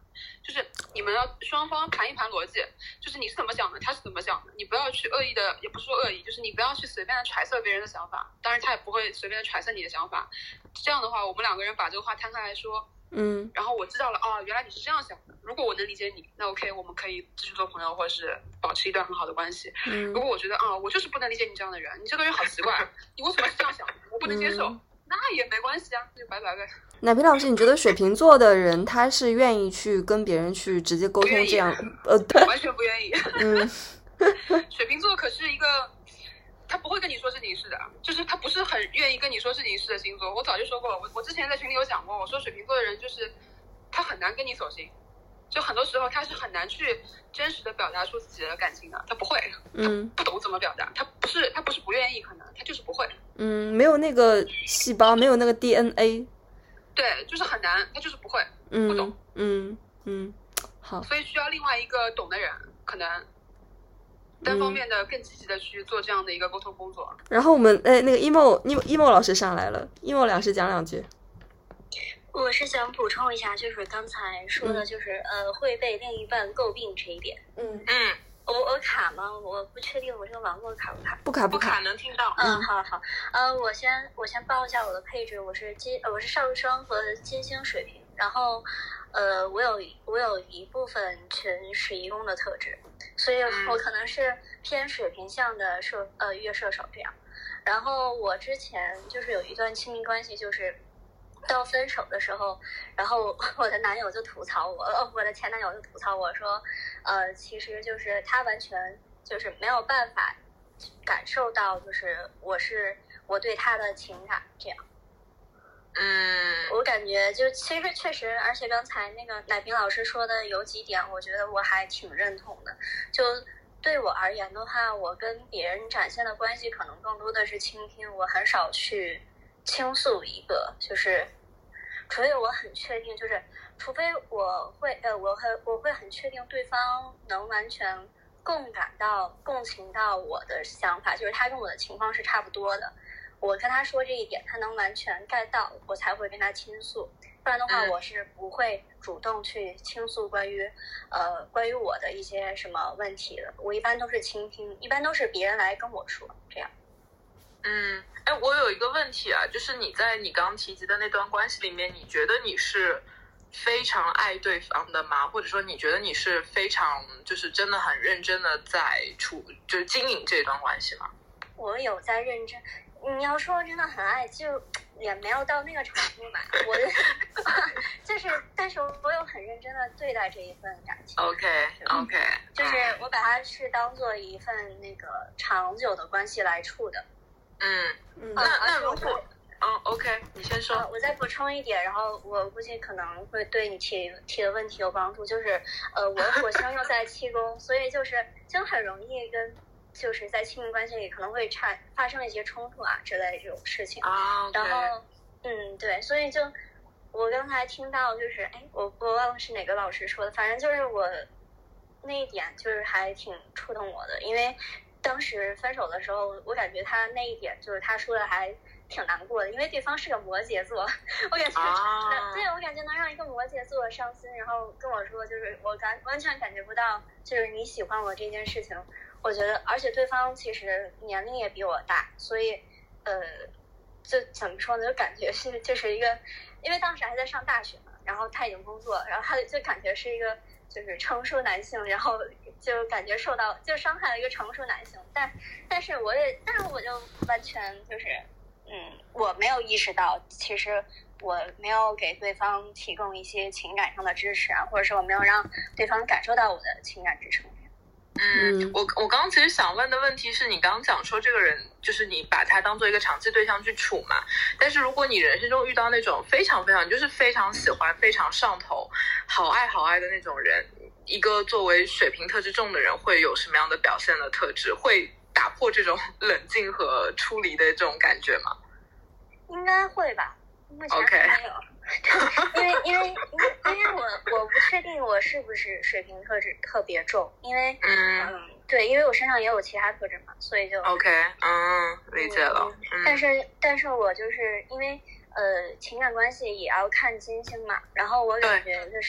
S3: 就是你们要双方盘一盘逻辑，就是你是怎么想的，他是怎么想的，你不要去恶意的，也不是说恶意，就是你不要去随便的揣测别人的想法，当然他也不会随便的揣测你的想法。这样的话，我们两个人把这个话摊开来说，
S1: 嗯，
S3: 然后我知道了，哦，原来你是这样想的。如果我能理解你，那 OK， 我们可以继续做朋友，或者是保持一段很好的关系。
S1: 嗯，
S3: 如果我觉得啊、哦，我就是不能理解你这样的人，你这个人好奇怪，你为什么是这样想的？我不能接受。嗯，那也没关系啊，那就拜拜呗。
S1: 奶皮老师，你觉得水瓶座的人他是愿意去跟别人去直接沟通这样？呃，对，
S3: 完全不愿意。
S1: 嗯，
S3: 水瓶座可是一个，他不会跟你说是你是的，就是他不是很愿意跟你说是你是的星座。我早就说过了，我我之前在群里有讲过，我说水瓶座的人就是他很难跟你走心，就很多时候他是很难去真实的表达出自己的感情的，他不会，
S1: 嗯，
S3: 不懂怎么表达，他不是他不是不愿意，可能他就是不会，
S1: 嗯，没有那个细胞，没有那个 D N A。
S3: 对，就是很难，他就是不会，
S1: 嗯，
S3: 不懂，
S1: 嗯嗯，好，
S3: 所以需要另外一个懂的人，可能单方面的更积极的去做这样的一个沟通工作。
S1: 嗯、然后我们哎，那个 emo emo emo 老师上来了 ，emo 老师讲两句。
S5: 我是想补充一下，就是刚才说的，就是、嗯、呃会被另一半诟病这一点。
S1: 嗯
S3: 嗯。
S5: 我我卡吗？我不确定我这个网络卡不卡。
S1: 不卡
S3: 不卡，能听到。
S5: 嗯，好好。呃，我先我先报一下我的配置，我是金，我是上升和金星水平，然后呃，我有我有一部分群十一宫的特质，所以我可能是偏水瓶向的射呃月射手这样。然后我之前就是有一段亲密关系，就是到分手的时候，然后我的男友就吐槽我，呃，我的前男友就吐槽我说，呃，其实就是他完全就是没有办法感受到，就是我是我对他的情感这样。
S3: 嗯，
S5: 我感觉就其实确实，而且刚才那个奶瓶老师说的有几点，我觉得我还挺认同的。就对我而言的话，我跟别人展现的关系可能更多的是倾听，我很少去倾诉一个，就是除非我很确定，就是除非我会呃，我会我会很确定对方能完全共感到、共情到我的想法，就是他跟我的情况是差不多的。我跟他说这一点，他能完全 get 到，我才会跟他倾诉。不然的话，我是不会主动去倾诉关于呃关于我的一些什么问题的。我一般都是倾听，一般都是别人来跟我说这样。
S4: 嗯，哎，我有一个问题啊，就是你在你刚提及的那段关系里面，你觉得你是非常爱对方的吗？或者说你觉得你是非常就是真的很认真的在处就是经营这段关系吗？
S5: 我有在认真，你要说真的很爱，就也没有到那个程度吧。我就是，但是我有很认真的对待这一份感情。
S4: OK OK，
S5: 就是我把它是当做一份那个长久的关系来处的。
S4: 嗯，那那如果嗯 OK， 你先说、呃。
S5: 我再补充一点，然后我估计可能会对你提提的问题有帮助。就是呃，我的火星又在七宫，所以就是就很容易跟就是在亲密关系里可能会产发生一些冲突啊之类这种事情。
S4: 啊、okay
S5: 然后嗯对，所以就我刚才听到就是哎，我我忘了是哪个老师说的，反正就是我那一点就是还挺触动我的，因为当时分手的时候，我感觉他那一点就是他说的还挺难过的，因为对方是个摩羯座，我感觉、啊、对我感觉能让一个摩羯座伤心，然后跟我说就是我感完全感觉不到就是你喜欢我这件事情，我觉得而且对方其实年龄也比我大，所以呃就怎么说呢，就感觉是就是一个，因为当时还在上大学嘛，然后他已经工作，然后他就感觉是一个就是成熟男性，然后就感觉受到就伤害了一个成熟男性，但但是我也但是我就完全就是嗯我没有意识到，其实我没有给对方提供一些情感上的支持啊，或者说我没有让对方感受到我的情感支撑。
S4: 嗯，我我刚刚其实想问的问题是，你刚刚讲说这个人就是你把他当做一个长期对象去处嘛，但是如果你人生中遇到那种非常非常就是非常喜欢非常上头好爱好爱的那种人，一个作为水瓶特质重的人会有什么样的表现的特质，会打破这种冷静和出离的这种感觉吗？
S5: 应该会吧，目前还没有。因为因为因为因为我我不确定我是不是水瓶特质特别重，因为嗯, 嗯对，因为我身上也有其他特质嘛，所以就
S4: OK 嗯理解了。
S5: 嗯、但是但是我就是因为呃情感关系也要看金星嘛，然后我感觉就是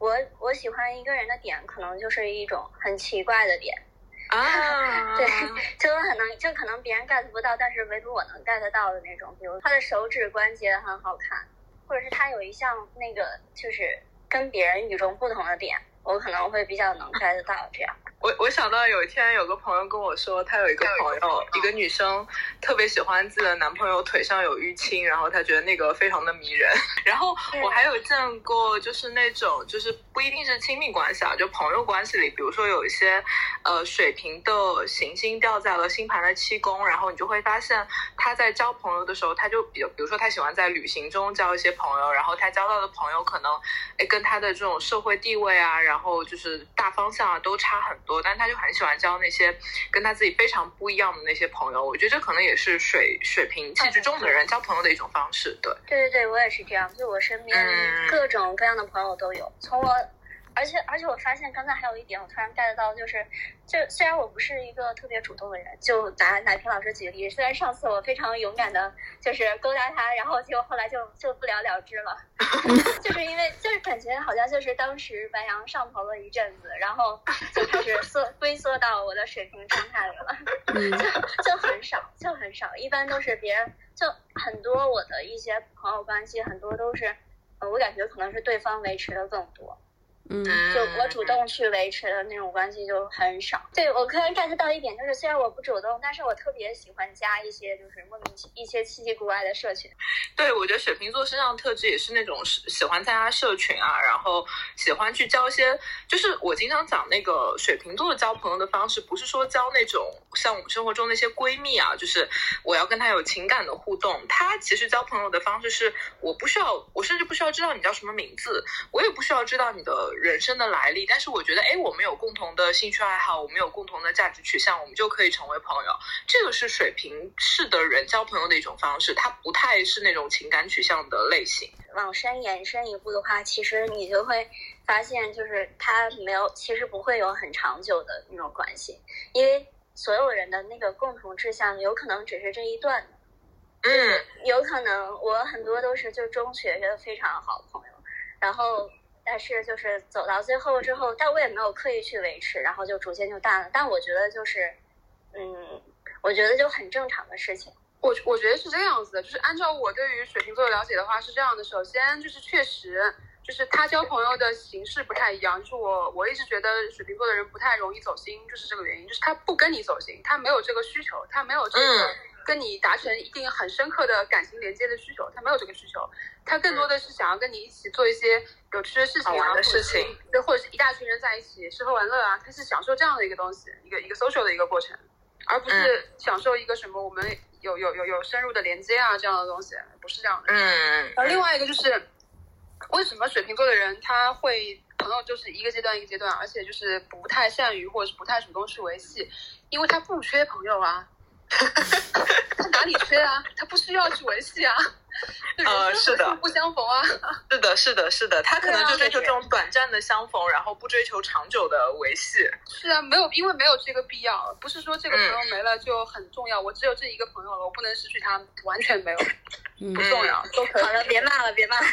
S5: 我我喜欢一个人的点，可能就是一种很奇怪的点
S2: 啊，
S5: 对，就可能就可能别人 get 不到，但是唯独我能 get 到的那种，比如他的手指关节很好看，或者是他有一项那个就是跟别人与众不同的点，我可能会比较能 get 到这样。
S4: 我我想到有一天有个朋友跟我说，他有一个朋友，一个女生特别喜欢自己的男朋友腿上有淤青，然后她觉得那个非常的迷人。然后我还有见过，就是那种就是不一定是亲密关系啊，就朋友关系里，比如说有一些呃水瓶的行星掉在了星盘的七宫，然后你就会发现他在交朋友的时候，他就比比如说他喜欢在旅行中交一些朋友，然后他交到的朋友可能诶跟他的这种社会地位啊，然后就是大方向啊都差很多。但他就很喜欢交那些跟他自己非常不一样的那些朋友，我觉得这可能也是水水瓶气质重的人交朋友的一种方式。对
S5: 对对对，我也是这样，就我身边各种各样的朋友都有。从我而且而且我发现刚才还有一点我突然 get 到，就是就虽然我不是一个特别主动的人，就拿奶瓶老师举个例子，虽然上次我非常勇敢的就是勾搭他，然后结果后来就就不了了之了就是因为就是感觉好像就是当时白羊上头了一阵子，然后就开始缩龟缩到我的水瓶状态里了就就很少就很少，一般都是别人，就很多我的一些朋友关系很多都是呃，我感觉可能是对方维持的更多，
S1: 嗯，
S5: 就我主动去维持的那种关系就很少。对，我可以 get 到一点，就是虽然我不主动，但是我特别喜欢加一些就是莫名其一些奇奇怪怪的社群。
S4: 对，我觉得水瓶座身上的特质也是那种喜欢参加社群啊，然后喜欢去交一些，就是我经常讲那个水瓶座的交朋友的方式，不是说交那种像我们生活中那些闺蜜啊，就是我要跟她有情感的互动。她其实交朋友的方式是，我不需要，我甚至不需要知道你叫什么名字，我也不需要知道你的人生的来历，但是我觉得，哎，我们有共同的兴趣爱好，我们有共同的价值取向，我们就可以成为朋友。这个是水瓶式的人交朋友的一种方式，它不太是那种情感取向的类型。
S5: 往深延伸一步的话，其实你就会发现，就是它没有，其实不会有很长久的那种关系，因为所有人的那个共同志向有可能只是这一段的。
S4: 嗯，
S5: 有可能我很多都是就中学的非常好的朋友，然后但是就是走到最后之后，但我也没有刻意去维持，然后就逐渐就淡了。但我觉得就是嗯我觉得就很正常的事情。
S3: 我我觉得是这个样子的，就是按照我对于水瓶座的了解的话是这样的，首先就是确实就是他交朋友的形式不太一样，就是我我一直觉得水瓶座的人不太容易走心，就是这个原因，就是他不跟你走心，他没有这个需求，他没有这个跟你达成一定很深刻的感情连接的需求，他没有这个需求，他更多的是想要跟你一起做一些有趣的事情啊，
S4: 好玩的事情，
S3: 或者是或者是一大群人在一起吃喝玩乐啊，他是享受这样的一个东西，一个一个 social 的一个过程，而不是享受一个什么我们有有有有深入的连接啊这样的东西，不是这样的。
S4: 嗯，
S3: 而另外一个就是为什么水瓶座的人他会朋友就是一个阶段一个阶段，而且就是不太善于或者是不太主动去维系，因为他不缺朋友啊他哪里缺啊，他不需要去维系啊
S4: 呃，是的，
S3: 不相逢啊，
S4: 是的，是的，是的，他可能就追求这种短暂的相逢，然后不追求长久的维系。
S3: 是啊，没有，因为没有这个必要，不是说这个朋友没了就很重要，嗯、我只有这一个朋友了，我不能失去他，完全没有，
S1: 嗯、
S3: 不重要，都可以。
S5: 好了，别骂了，别骂了。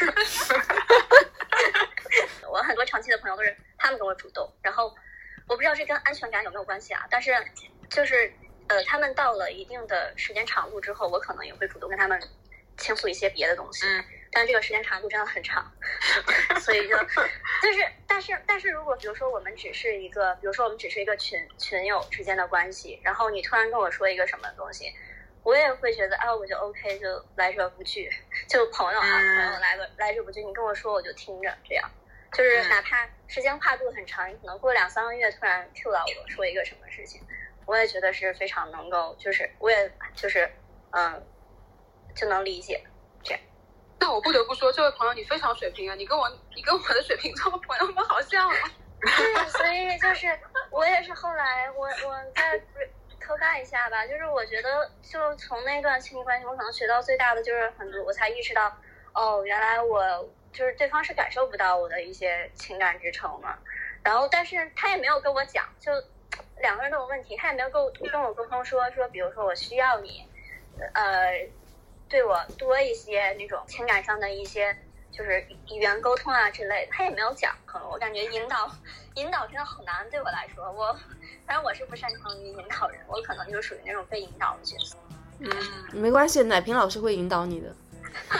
S5: 我很多长期的朋友都是他们跟我主动，然后我不知道这跟安全感有没有关系啊，但是就是呃，他们到了一定的时间长度之后，我可能也会主动跟他们倾诉一些别的东西，嗯，但这个时间长度真的很长，所以就就是，但是但是如果比如说我们只是一个，比如说我们只是一个群群友之间的关系，然后你突然跟我说一个什么东西，我也会觉得啊，我就 OK， 就来者不拒，就朋友啊，朋友来个来者不拒，你跟我说我就听着，这样就是哪怕时间跨度很长，你可能过两三个月突然 Q 到我说一个什么事情，我也觉得是非常能够，就是我也就是嗯。就能理解这样。
S3: 那我不得不说，这位朋友你非常水瓶啊，你跟我你跟我的水瓶座朋友们好像啊。
S5: 对，所以就是我也是后来我我再偷看一下吧，就是我觉得就从那段亲密关系，我可能学到最大的就是很多，我才意识到哦，原来我就是对方是感受不到我的一些情感支撑嘛。然后但是他也没有跟我讲，就两个人都有问题，他也没有跟我跟我沟通说说，比如说我需要你，呃。对我多一些那种情感上的一些就是语言沟通啊之类的，他也没有讲。可能我感觉引导引导真的好难，对我来说，我反正我是不擅长于引导人，我可能就属于那种被引导的角色。
S1: 嗯，没关系，奶瓶老师会引导你的。
S5: 突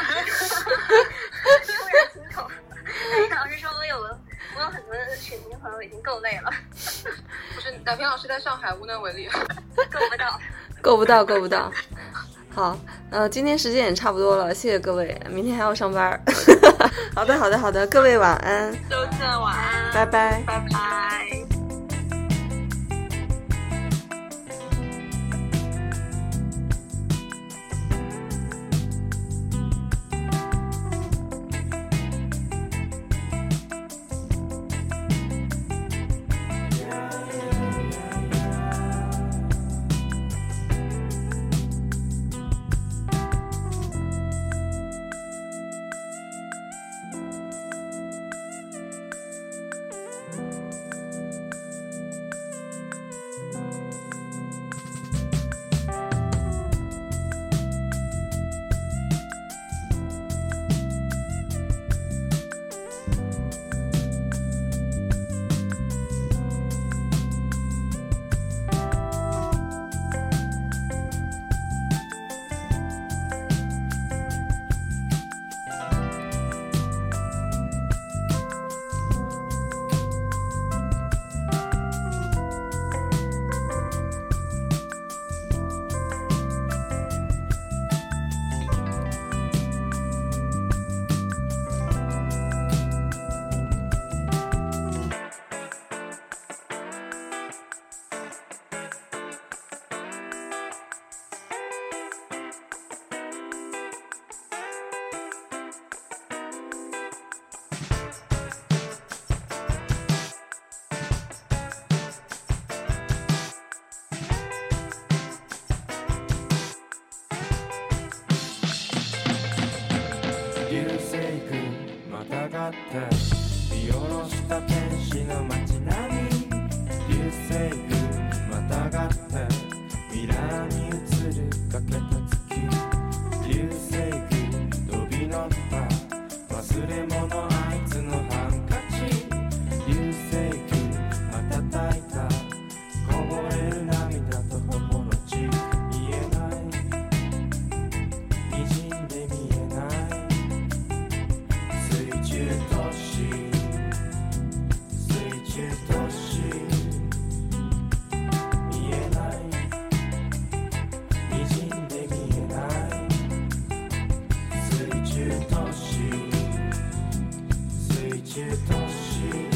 S5: 然听懂，奶瓶老师说我有我有很多水瓶朋友已经够累了。
S3: 不是，奶瓶老师在上海无能为力，
S5: 够不到，
S1: 够不到，够不到。好，呃，今天时间也差不多了，谢谢各位，明天还要上班。好的，好的，好的，各位晚安，
S5: 周见，晚安，
S1: 拜拜，
S5: 拜拜。
S6: 流星群またがって見下ろした天使の街並み流星群またがってミラーに映るかけた月流星群飛び乗った忘れ物あいつのハンカチ流星群瞬いたこぼれる涙と頬の血見えない滲んで見えない水中都市水中都市見えない滲んで見えない水中都市水中都市